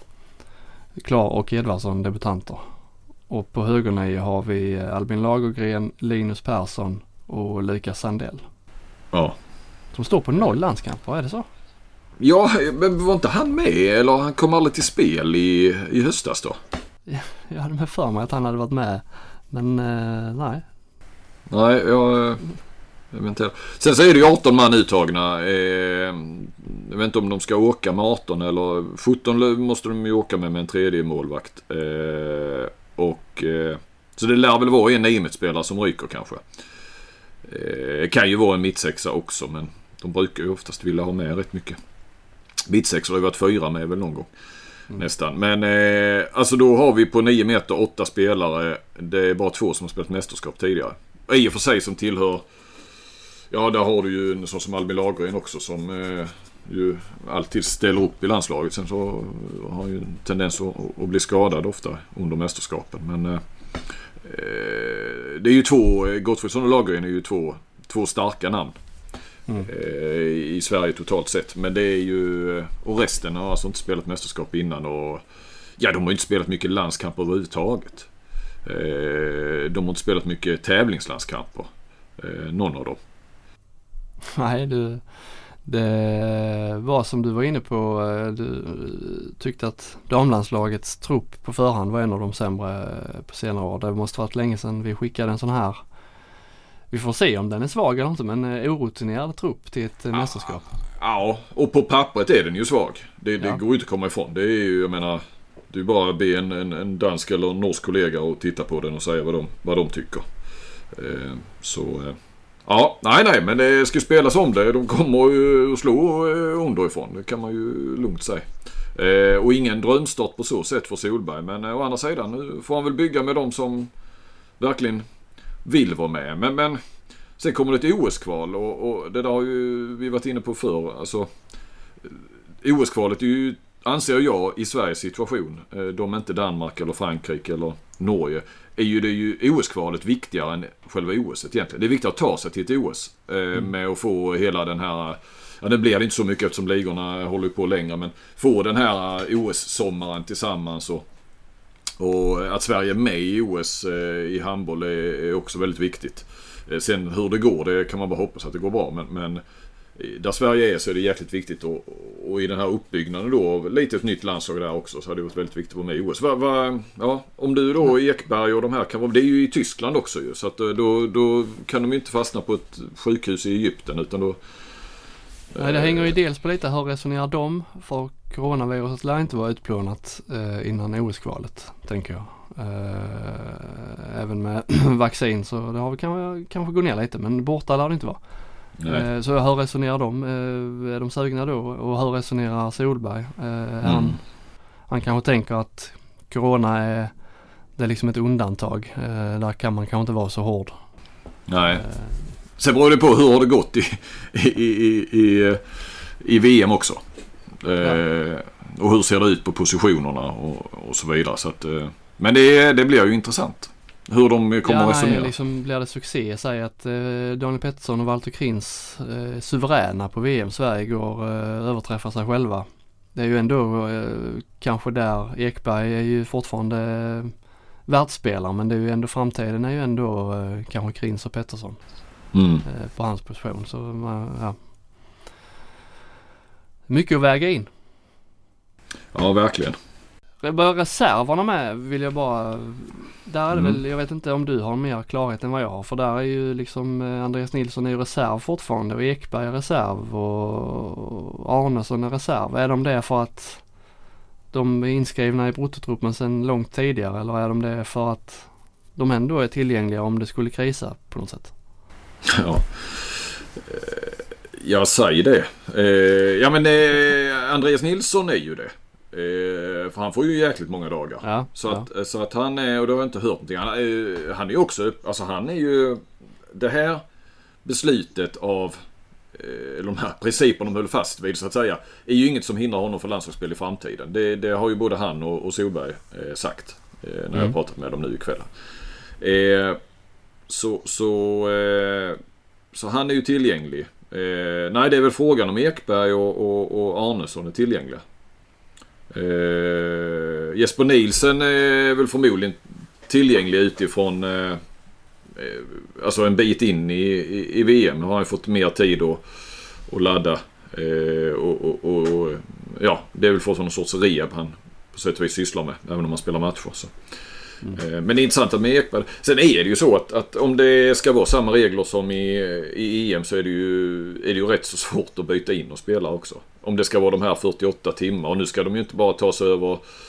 Klar och Edvardsson debutanter. Och på högernio har vi Albin Lagergren, Linus Persson och Lukas Sandell. Ja. Som står på noll landskamper, är det så? Ja, men var inte han med? Eller han kom aldrig till spel i, i höstas då? Ja, jag hade med för mig att han hade varit med. Men eh, nej. Nej, jag... jag vet inte. Sen så är det ju arton man uttagna. Eh, jag vet inte om de ska åka med arton eller... sjutton måste de ju åka med med en tredje målvakt. Eh, och... Eh, så det lär väl vara en nio-spelare som ryker kanske. Eh, kan ju vara en mittsexa också, men de brukar ju oftast vilja ha med rätt mycket. Mittsexor har ju varit fyra med väl någon gång. Mm. Nästan. Men eh, alltså då har vi på nio meter åtta spelare. Det är bara två som har spelat mästerskap tidigare. I och för sig som tillhör... Ja, där har du ju en sån som Albin Lagergren också som eh, ju alltid ställer upp i landslaget. Sen så har han ju en tendens att, att bli skadad ofta under mästerskapen. Men eh, det är ju två... Gottfridsson och Lagergren är ju två, två starka namn. Mm. I Sverige totalt sett. Men det är ju... Och resten har alltså inte spelat mästerskap innan. Och ja, de har inte spelat mycket landskamper överhuvudtaget. De har inte spelat mycket tävlingslandskamper. Någon av dem. Nej, du... Det var som du var inne på. Du tyckte att damlandslagets trupp på förhand var en av de sämre på senare år. Det måste varit länge sedan vi skickade en sån här... Vi får se om den är svag eller inte, men orutinerad trupp till ett ja. mästerskap. Ja, och på pappret är den ju svag. Det, det ja. går ju inte att komma ifrån. Det är ju, jag menar, du är bara be en, en, en dansk eller en norsk kollega och titta på den och säga vad de, vad de tycker. Eh, så, eh, ja, nej, nej, men det ska spelas om det. De kommer ju att slå eh, underifrån, det kan man ju lugnt säga. Eh, och ingen drömstart på så sätt för Solberg, men eh, å andra sidan, nu får han väl bygga med dem som verkligen vill vara med. Men, men sen kommer det ett O S-kval och, och det där har ju vi varit inne på förr. Alltså, O S-kvalet är ju, anser jag, i Sveriges situation, de är inte Danmark eller Frankrike eller Norge, är ju det ju O S-kvalet viktigare än själva O S egentligen. Det är viktigt att ta sig till ett O S mm. med att få hela den här, ja, det blir inte så mycket eftersom ligorna håller på längre, men få den här O S-sommaren tillsammans och Och att Sverige är med i O S i handboll är också väldigt viktigt. Sen hur det går, det kan man bara hoppas att det går bra. Men, men där Sverige är så är det jäkligt viktigt. Och, och i den här uppbyggnaden då, lite ett nytt landslag där också, så har det varit väldigt viktigt att vara med i O S. Va, va, ja, om du då, Ekberg och de här kan vara, det är ju i Tyskland också ju. Så att då, då kan de inte fastna på ett sjukhus i Egypten, utan då... Nej, det hänger ju dels på lite hur resonerar de, för coronaviruset lär inte vara utplånat eh, innan O S-kvalet, tänker jag. Eh, även med vaccin så det har vi kanske, kanske gå ner lite, men borta lär det inte vara. Eh, så hur resonerar de? Eh, är de sugna då? Och hur resonerar Solberg? Eh, mm. han, han kanske tänker att corona är, det är liksom ett undantag. Eh, där kan man kanske inte vara så hård. Nej. Eh, Sen beror det på hur har det gått i, i, i, i, i V M också. Ja. Eh, och hur ser det ut på positionerna och, och så vidare. Så att, eh, men det, det blir ju intressant. Hur de kommer ja, att resonera. Nej, liksom blir det succé. Säg att eh, Daniel Pettersson och Walter Krins eh, suveräna på V M. Sverige går eh, överträffar sig själva. Det är ju ändå eh, kanske där. Ekberg är ju fortfarande eh, världsspelare, men det är ju ändå framtiden är ju ändå eh, kanske Krins och Pettersson. Mm. På hans position, så ja. Mycket att väga in. Ja, verkligen. Bara reserverna med vill jag bara, där är det mm. väl, jag vet inte om du har mer klarhet än vad jag har, för där är ju liksom Andreas Nilsson är ju reserv fortfarande och Ekberg är reserv och Arnesson är reserv. Är de det för att de är inskrivna i bruttotruppen sedan långt tidigare, eller är de det för att de ändå är tillgängliga om det skulle krisa på något sätt? Ja. Jag säger det. Eh, ja men eh, Andreas Nilsson är ju det. Eh, för han får ju jäkligt många dagar. Ja, så, ja. Att, så att han är, och då har jag inte hört någonting. Han, eh, han är ju också, alltså han är ju det här beslutet av eh, de här principerna de höll fast vid så att säga, är ju inget som hindrar honom för landslagsspel i framtiden. Det, det har ju både han och, och Solberg eh, sagt eh, när mm. jag har pratat med dem nu ikväll. Eh, så, så, eh, så han är ju tillgänglig. Eh, nej, det är väl frågan om Ekberg och, och, och Arnesson är tillgängliga. Eh, Jesper Nielsen är väl förmodligen tillgänglig utifrån eh, alltså en bit in i, i, i V M. Har han fått mer tid att, att ladda. Eh, och, och, och, ja, det är väl för någon sorts rehab han på sätt och vis sysslar med, även om man spelar matcher. Så. Mm. Men det är intressant att med Ekberg. Sen är det ju så att, att om det ska vara samma regler som i, i E M så är det, ju, är det ju rätt så svårt att byta in och spela också. Om det ska vara de här fyrtioåtta timmar. Och nu ska de ju inte bara ta sig över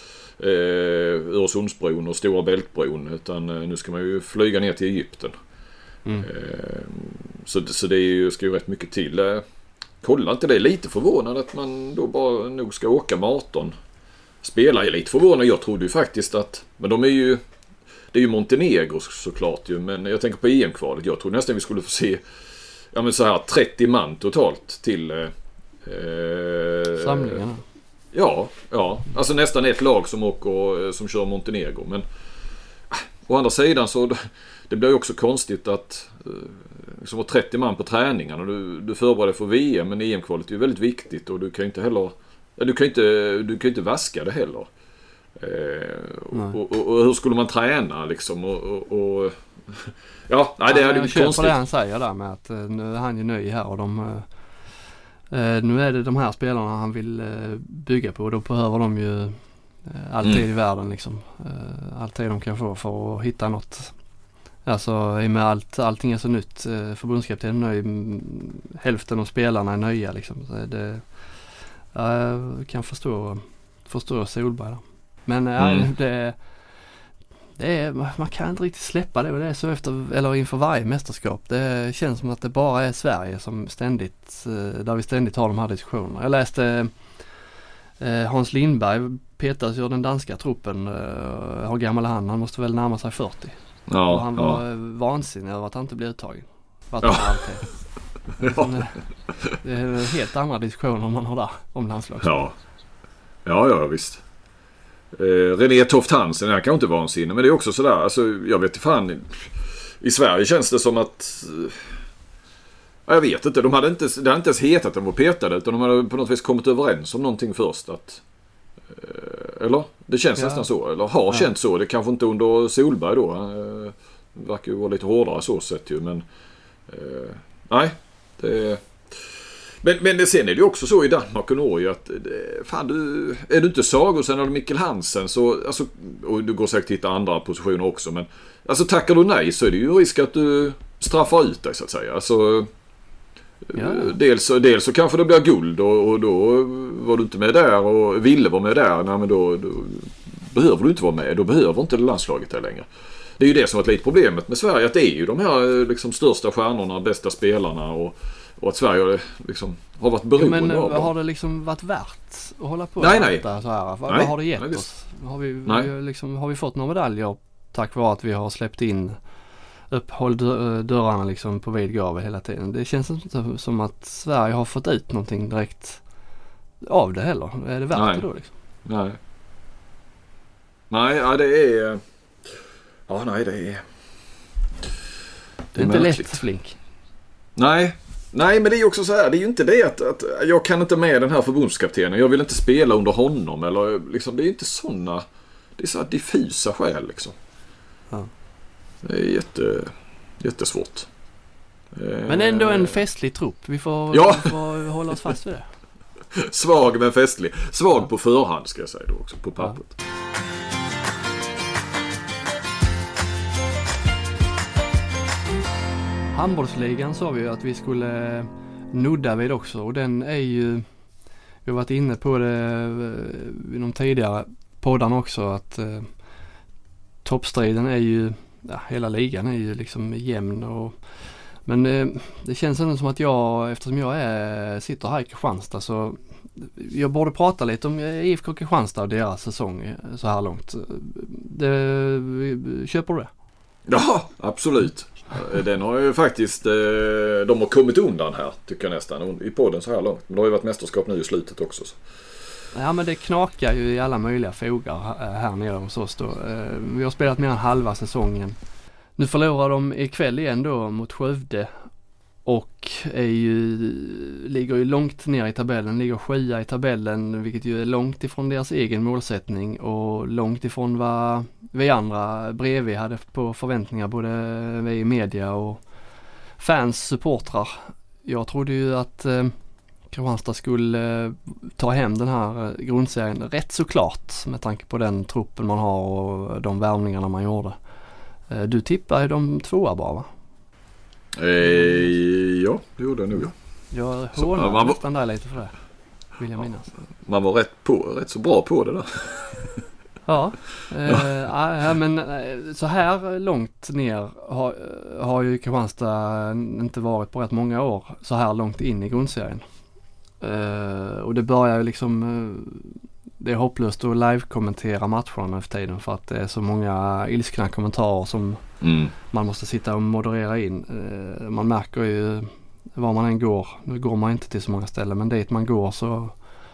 eh, Öresundsbron och Stora Bältbron. Utan eh, nu ska man ju flyga ner till Egypten. Mm. Eh, så, så det är ju, ska ju rätt mycket till. Eh, kolla inte det. Lite förvånad att man då bara nog ska åka med arton. Spela är lite förvånad. Jag trodde ju faktiskt att... Men de är ju... Det är ju Montenegro såklart ju. Men jag tänker på E M-kvalet. Jag trodde nästan vi skulle få se... Ja men så här trettio man totalt till... Eh, Samlingarna. Ja, ja. Alltså nästan ett lag som åker... Som kör Montenegro. Men... Äh, å andra sidan så... Det blir ju också konstigt att... Eh, liksom vara trettio man på träningarna. Du, du förbereder för V M. Men E M-kvalet är ju väldigt viktigt. Och du kan ju inte heller... Du kan ju inte, du kan inte vaska det heller. Eh, och, och, och hur skulle man träna liksom? Och, och, och, ja, nej, det är ju konstigt. Jag köper det han säger där med att nu är han ju ny här och de, eh, nu är det de här spelarna han vill eh, bygga på och då behöver de ju eh, alltid mm. i världen liksom. Eh, alltid de kan få för att hitta något. Alltså i med allt, allting är så nytt. Eh, förbundskaptenen är nöjd, hälften av spelarna är nöjda liksom. Så det jag kan förstå, förstå Solberg där. Men mm. ja, det, det är, man kan inte riktigt släppa det och det är så efter, eller inför varje mästerskap. Det känns som att det bara är Sverige som ständigt, där vi ständigt har de här diskussionerna. Jag läste eh, Hans Lindberg petas ju den danska truppen. Eh, hur gammal är han? Han måste väl närma sig fyrtio. Ja, och han var ja. vansinnig över att han inte blev uttagen. För att ja. han alltid. Ja. Det är helt andra diskussioner man har där om landslaget. Ja, ja, ja visst. Eh, René Toft Hansen, han kan inte vara vansinnig, men det är också sådär, alltså jag vet inte fan, i Sverige känns det som att, ja, jag vet inte, de hade inte, det hade inte ens hetat att de var petade, utan de hade på något vis kommit överens om någonting först att, eh, eller? Det känns ja. nästan så, eller har ja. känt så, det kanske inte under Solberg då, han eh, verkar ju vara lite hårdare så sett ju, men eh, nej. Det, men, men sen är det ju också så i Danmark och Norge att fan, du, är du inte Sagosen eller Mikkel Hansen så, alltså, och du går säkert hitta andra positioner också, men alltså tackar du nej så är det ju risk att du straffar ut dig så att säga. Alltså, ja. dels, dels så kanske det blir guld och, och då var du inte med där och ville vara med där, nej, men då, då behöver du inte vara med, då behöver inte det landslaget där längre. Det är ju det som var ett litet problemet med Sverige, att det är ju de här liksom största stjärnorna, bästa spelarna och, och att Sverige liksom har varit beroende jo, men, av dem. Har det liksom varit värt att hålla på nej, nej. Så här? Vad, nej, vad har det gett nej, oss? Har vi, vi liksom, har vi fått några medaljer tack vare att vi har släppt in upphåll dörrarna liksom på vid gavel hela tiden? Det känns inte som att Sverige har fått ut någonting direkt av det heller. Är det värt nej. det då liksom? Nej. Nej, ja, det är... Ja, nej, det är... Det är, det är inte lätt, Flink. Nej, nej, men det är ju också så här. Det är ju inte det att, att jag kan inte med den här förbundskaptenen. Jag vill inte spela under honom. Eller liksom, det är ju inte sådana... Det är så här diffusa skäl liksom. Ja. Det är jätte, jättesvårt. Men ändå en festlig trupp. Vi får, ja. vi får hålla oss fast vid det. Svag men festlig. Svag ja. på förhand ska jag säga då också, på pappret. Ja. Handbollsligan sa vi ju att vi skulle nudda vid också och den är ju, vi har varit inne på det i de tidigare poddarna också, att eh, toppstriden är ju, ja, hela ligan är ju liksom jämn och Men eh, det känns ändå som att jag, eftersom jag är, sitter här i Kristianstad, så jag borde prata lite om I F K Kristianstad och deras säsong så här långt. Det, köper du det? Ja, absolut. Den har ju faktiskt, de har kommit undan här tycker jag nästan i podden så här långt. Men det har ju varit mästerskap nu i slutet också. Så. Ja, men det knakar ju i alla möjliga fogar här nere hos oss då. Vi har spelat mer än halva säsongen. Nu förlorar de ikväll igen då mot Skövde och är ju, ligger ju långt ner i tabellen, ligger sjua i tabellen, vilket ju är långt ifrån deras egen målsättning och långt ifrån vad vi andra bredvid hade på förväntningar, både vi i media och fans, supportrar. Jag trodde ju att eh, Kristianstad skulle eh, ta hem den här eh, grundserien rätt så klart med tanke på den truppen man har och de värvningarna man gjorde. Eh, du tippar ju de tvåa bara, va? Eh, ja, det gjorde jag nog. Ja. Jag hånar nästan där lite för det, vill jag minnas. Man var rätt, på, rätt så bra på det där. Ja, eh, ja, men så här långt ner har, har ju Kristianstad inte varit på rätt många år så här långt in i grundserien. Eh, och det börjar ju liksom, det är hopplöst att live-kommentera matcherna för tiden för att det är så många ilskna kommentarer som mm. man måste sitta och moderera in. Eh, man märker ju var man än går, nu går man inte till så många ställen, men dit man går så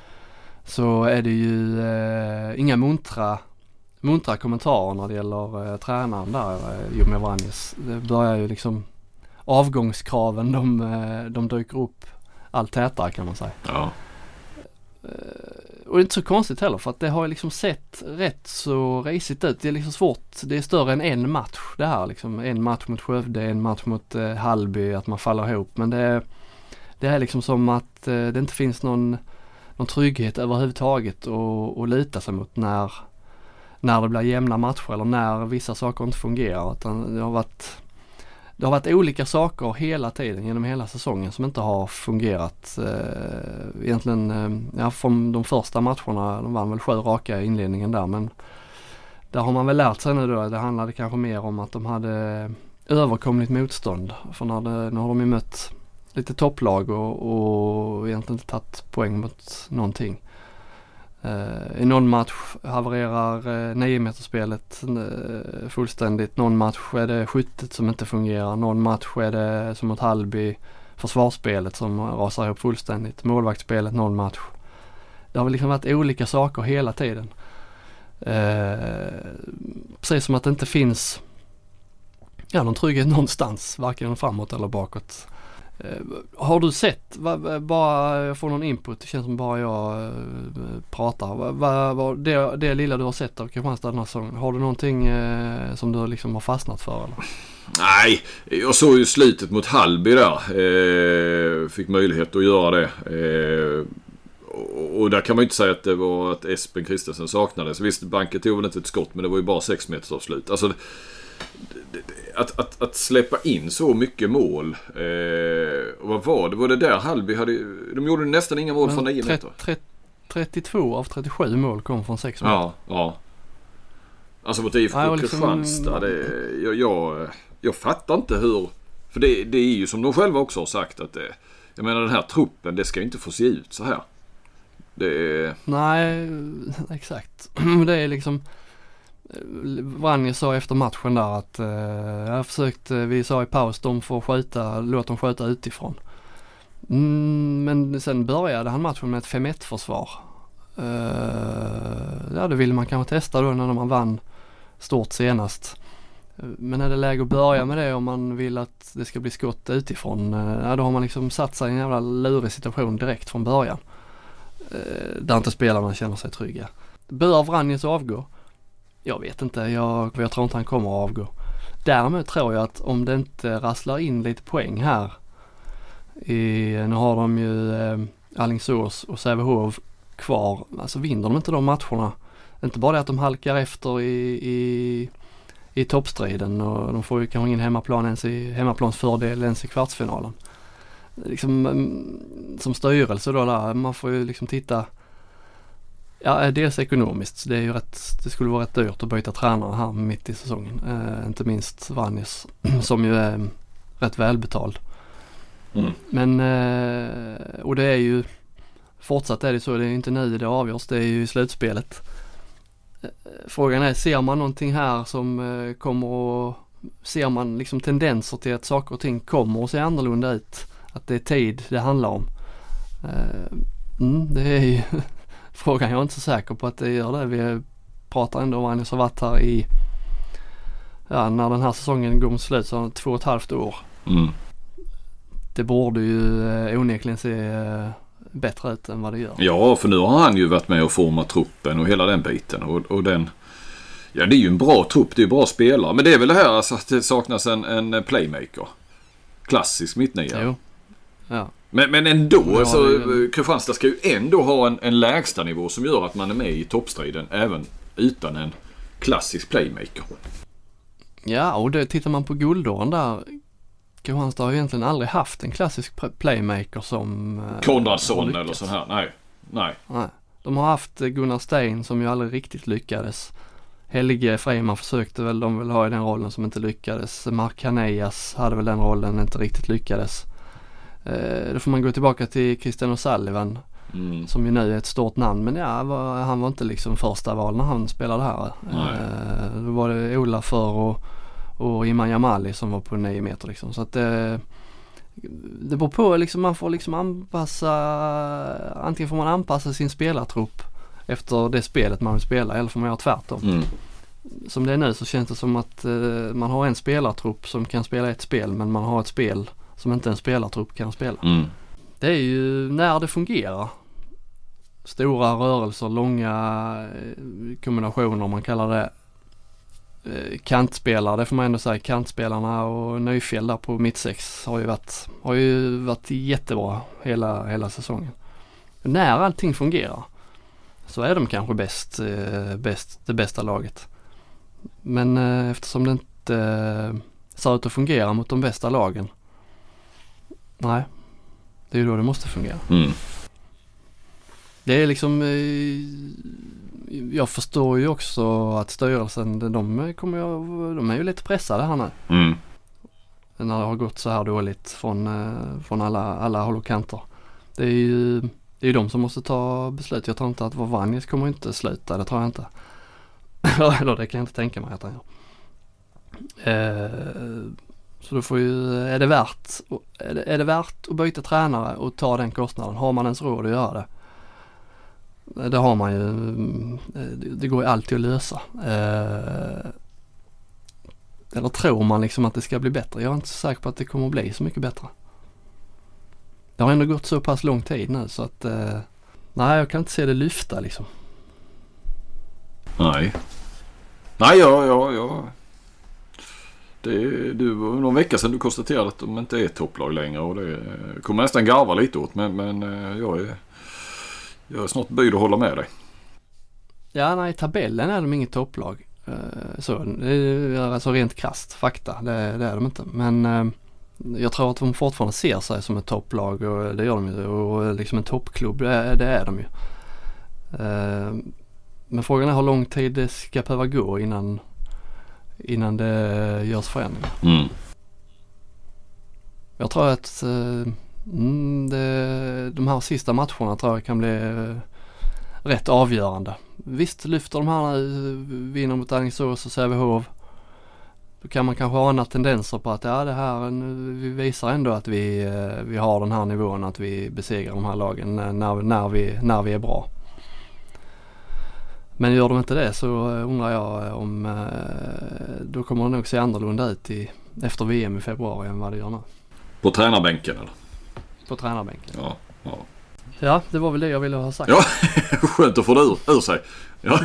så är det ju eh, inga muntra, muntra kommentarer när det gäller eh, tränaren där, eh, Jomir Vranjes. Det börjar ju liksom, avgångskraven de, eh, de dyker upp allt tätare kan man säga. Ja. Eh, och det är inte så konstigt heller för att det har liksom sett rätt så racigt ut. Det är liksom svårt, det är större än en match det här liksom. En match mot Skövde, en match mot eh, Hallby, att man faller ihop. Men det, det är liksom som att eh, det inte finns någon någon trygghet överhuvudtaget och, och lita sig mot när, när det blir jämna matcher eller när vissa saker inte fungerar. Utan det har varit, det har varit olika saker hela tiden genom hela säsongen som inte har fungerat. Eh, egentligen, eh, ja, från de första matcherna, de vann väl sju raka i inledningen där, men där har man väl lärt sig nu då. Det handlade kanske mer om att de hade överkomligt motstånd. För när, det, när de ju mött lite topplag och, och egentligen inte tagit poäng mot någonting. Uh, I någon match havererar uh, nio-meterspelet uh, fullständigt. Någon match är det skyttet som inte fungerar. Någon match är det som mot Hallby försvarsspelet som rasar ihop fullständigt. Målvaktsspelet någon match. Det har väl liksom varit olika saker hela tiden. Uh, precis som att det inte finns ja, någon trygghet någonstans, varken framåt eller bakåt. Uh, har du sett, va, bara jag får någon input, det känns som bara jag uh, pratar, va, va, va, det, det lilla du har sett av Kristianstad den här säsongen, har du någonting uh, som du liksom har fastnat för eller? Nej, jag såg ju slutet mot Hallby där, uh, fick möjlighet att göra det uh, och, och där kan man ju inte säga att det var att Espen Kristensen saknades. Visst, banket tog väl inte ett skott, men det var ju bara sex meters avslut. Alltså Att, att, att släppa in så mycket mål eh, och vad var det? Var det där Hallby hade, de gjorde nästan inga mål men från nio meter. trettiotvå av trettiosju mål kom från sex meter. Ja, ja. Alltså mot I F K liksom, Kristianstad det, jag, jag, jag fattar inte hur, för det, det är ju som de själva också har sagt att det, jag menar den här truppen, det ska inte få se ut så här. Det är... Nej, exakt. Det är liksom Vranjes sa efter matchen där att eh, jag försökt, vi sa i paus, de får skjuta, låt dem skjuta utifrån. Mm, men sen började han matchen med ett fem ett försvar. Eh, ja, det ville man kanske testa då när man vann stort senast. Men är det läge att börja med det om man vill att det ska bli skott utifrån, eh, ja, då har man liksom satt sig i en jävla lurig situation direkt från början. Eh, där inte spelarna känner sig trygga. Bör Vranjes avgå? Jag vet inte, jag, jag tror inte han kommer att avgå. Därmed tror jag att om det inte rasslar in lite poäng här, i, nu har de ju eh, Alingsås och Sävehof kvar, alltså vinner de inte de matcherna, inte bara det att de halkar efter i, i, i toppstriden och de får ju kanske ingen hemmaplan ens i, hemmaplansfördel ens i kvartsfinalen. Liksom, som styrelse då där, man får ju liksom titta. Ja, dels ekonomiskt. Det är ju rätt, det skulle vara rätt dyrt att byta tränare här mitt i säsongen. Eh, inte minst Vranjes som ju är rätt välbetald. Mm. Men eh, och det är ju fortsatt är det så, det är inte nu det avgörs, det är ju i slutspelet. Frågan är, ser man någonting här som eh, kommer att, ser man liksom tendenser till att saker och ting kommer att se annorlunda ut? Att det är tid det handlar om? Eh, mm, det är ju frågan, jag är inte så säker på att det gör det. Vi pratar ändå om att han har varit här i, ja, när den här säsongen går mot slut så två och ett halvt år. Mm. Det borde ju eh, onekligen se eh, bättre ut än vad det gör. Ja, för nu har han ju varit med och format truppen och hela den biten. Och, och den, ja, det är ju en bra trupp, det är bra spelare. Men det är väl det här alltså, att det saknas en, en playmaker. Klassisk mittnia. Jo. Ja. Men, men ändå, Ja, så det... Kristianstad ska ju ändå ha en, en lägsta nivå som gör att man är med i toppstriden även utan en klassisk playmaker. Ja, och det, tittar man på guldåren där, Kristianstad har egentligen aldrig haft en klassisk playmaker som Konradsson eller sån här. Nej. Nej. Nej. De har haft Gunnar Stein som ju aldrig riktigt lyckades. Helge Freiman försökte väl de vill ha i den rollen som inte lyckades. Mark Haneas hade väl den rollen inte riktigt lyckades. Eh, då får man gå tillbaka till Christian O'Sullivan mm. som ju nu är ett stort namn, men ja, var, han var inte liksom första val när han spelade här. Eh, då var det Ola för och, och Iman Jamali som var på nio meter liksom. Så att eh, det beror på liksom, man får liksom anpassa, antingen får man anpassa sin spelartrupp efter det spelet man vill spela, eller får man göra tvärtom. Mm. Som det är nu så känns det som att eh, man har en spelartrupp som kan spela ett spel, men man har ett spel som inte en spelartrupp kan spela. Mm. Det är ju när det fungerar. Stora rörelser, långa kombinationer, man kallar det kantspelare. Det får man ändå säga. Kantspelarna och Nyfjäll där på mittsex har ju varit, har ju varit jättebra hela, hela säsongen. När allting fungerar så är de kanske bäst, bäst det bästa laget. Men eftersom det inte ser ut att fungera mot de bästa lagen, nej, det är ju då det måste fungera. Mm. Det är liksom, jag förstår ju också att styrelsen, de, kommer ju, de är ju lite pressade här nu. Mm. När det har gått så här dåligt från, från alla, alla håll och kanter. Det är ju det är de som måste ta beslut. Jag tror inte att Vovanjes kommer inte sluta, det tror jag inte. Eller det kan jag inte tänka mig att han gör. Eh, Så då får ju, är det värt är det, är det värt att byta tränare och ta den kostnaden? Har man ens råd att göra det? Det har man ju, det går ju alltid att lösa. Eh, eller tror man liksom att det ska bli bättre? Jag är inte så säker på att det kommer att bli så mycket bättre. Det har ändå gått så pass lång tid nu så att eh, nej, jag kan inte se det lyfta liksom. Nej. Nej, ja, ja, ja. Det, du var någon vecka sedan du konstaterade att de inte är ett topplag längre och det kommer nästan garva lite åt, men, men jag, är, jag är snart böjd att hålla med dig. Ja, nej, i tabellen är de inget topplag. Så, alltså rent krasst, fakta, det, det är de inte. Men jag tror att de fortfarande ser sig som ett topplag och det gör de ju, och liksom en toppklubb, det, det är de ju. Men frågan är hur lång tid det ska behöva gå innan innan det görs förändringar. Mm. Jag tror att mm, det, de här sista matcherna tror jag kan bli eh, rätt avgörande. Visst, lyfter de här vinner mot Alingsås och Sävehof, då kan man kanske ana tendenser på att ja, det här, vi visar ändå att vi, vi har den här nivån, att vi besegrar de här lagen när, när, vi, när vi är bra. Men gör de inte det så undrar jag om då kommer det nog se annorlunda ut i, efter V M i februari än vad det gör nu. På tränarbänken eller? På tränarbänken. Ja, ja. Ja, det var väl det jag ville ha sagt. Ja, skönt att få det ur, ur sig. Ja,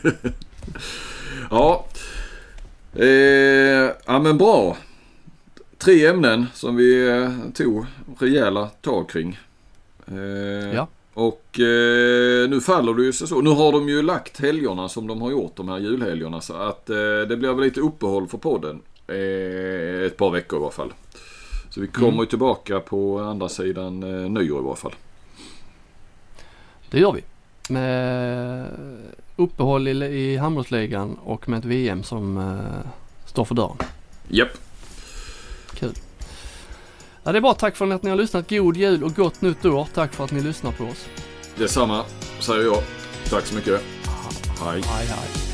ja. Eh, ja men bra. Tre ämnen som vi eh, tog rejäla tag kring. Eh, ja. Och eh, nu faller det ju så. Nu har de ju lagt helgerna som de har gjort, de här julhelgerna, så att eh, det blir väl lite uppehåll för podden. Eh, ett par veckor i alla fall. Så vi kommer mm. ju tillbaka på andra sidan eh, nyår i alla fall. Det gör vi. Med uppehåll i, i handbollsligan och med ett V M som eh, står för dörren. Japp. Kul. Ja, det är bara tack för att ni har lyssnat. God jul och gott nytt år. Tack för att ni lyssnar på oss. Detsamma säger jag. Tack så mycket. Hej. Hej, hej.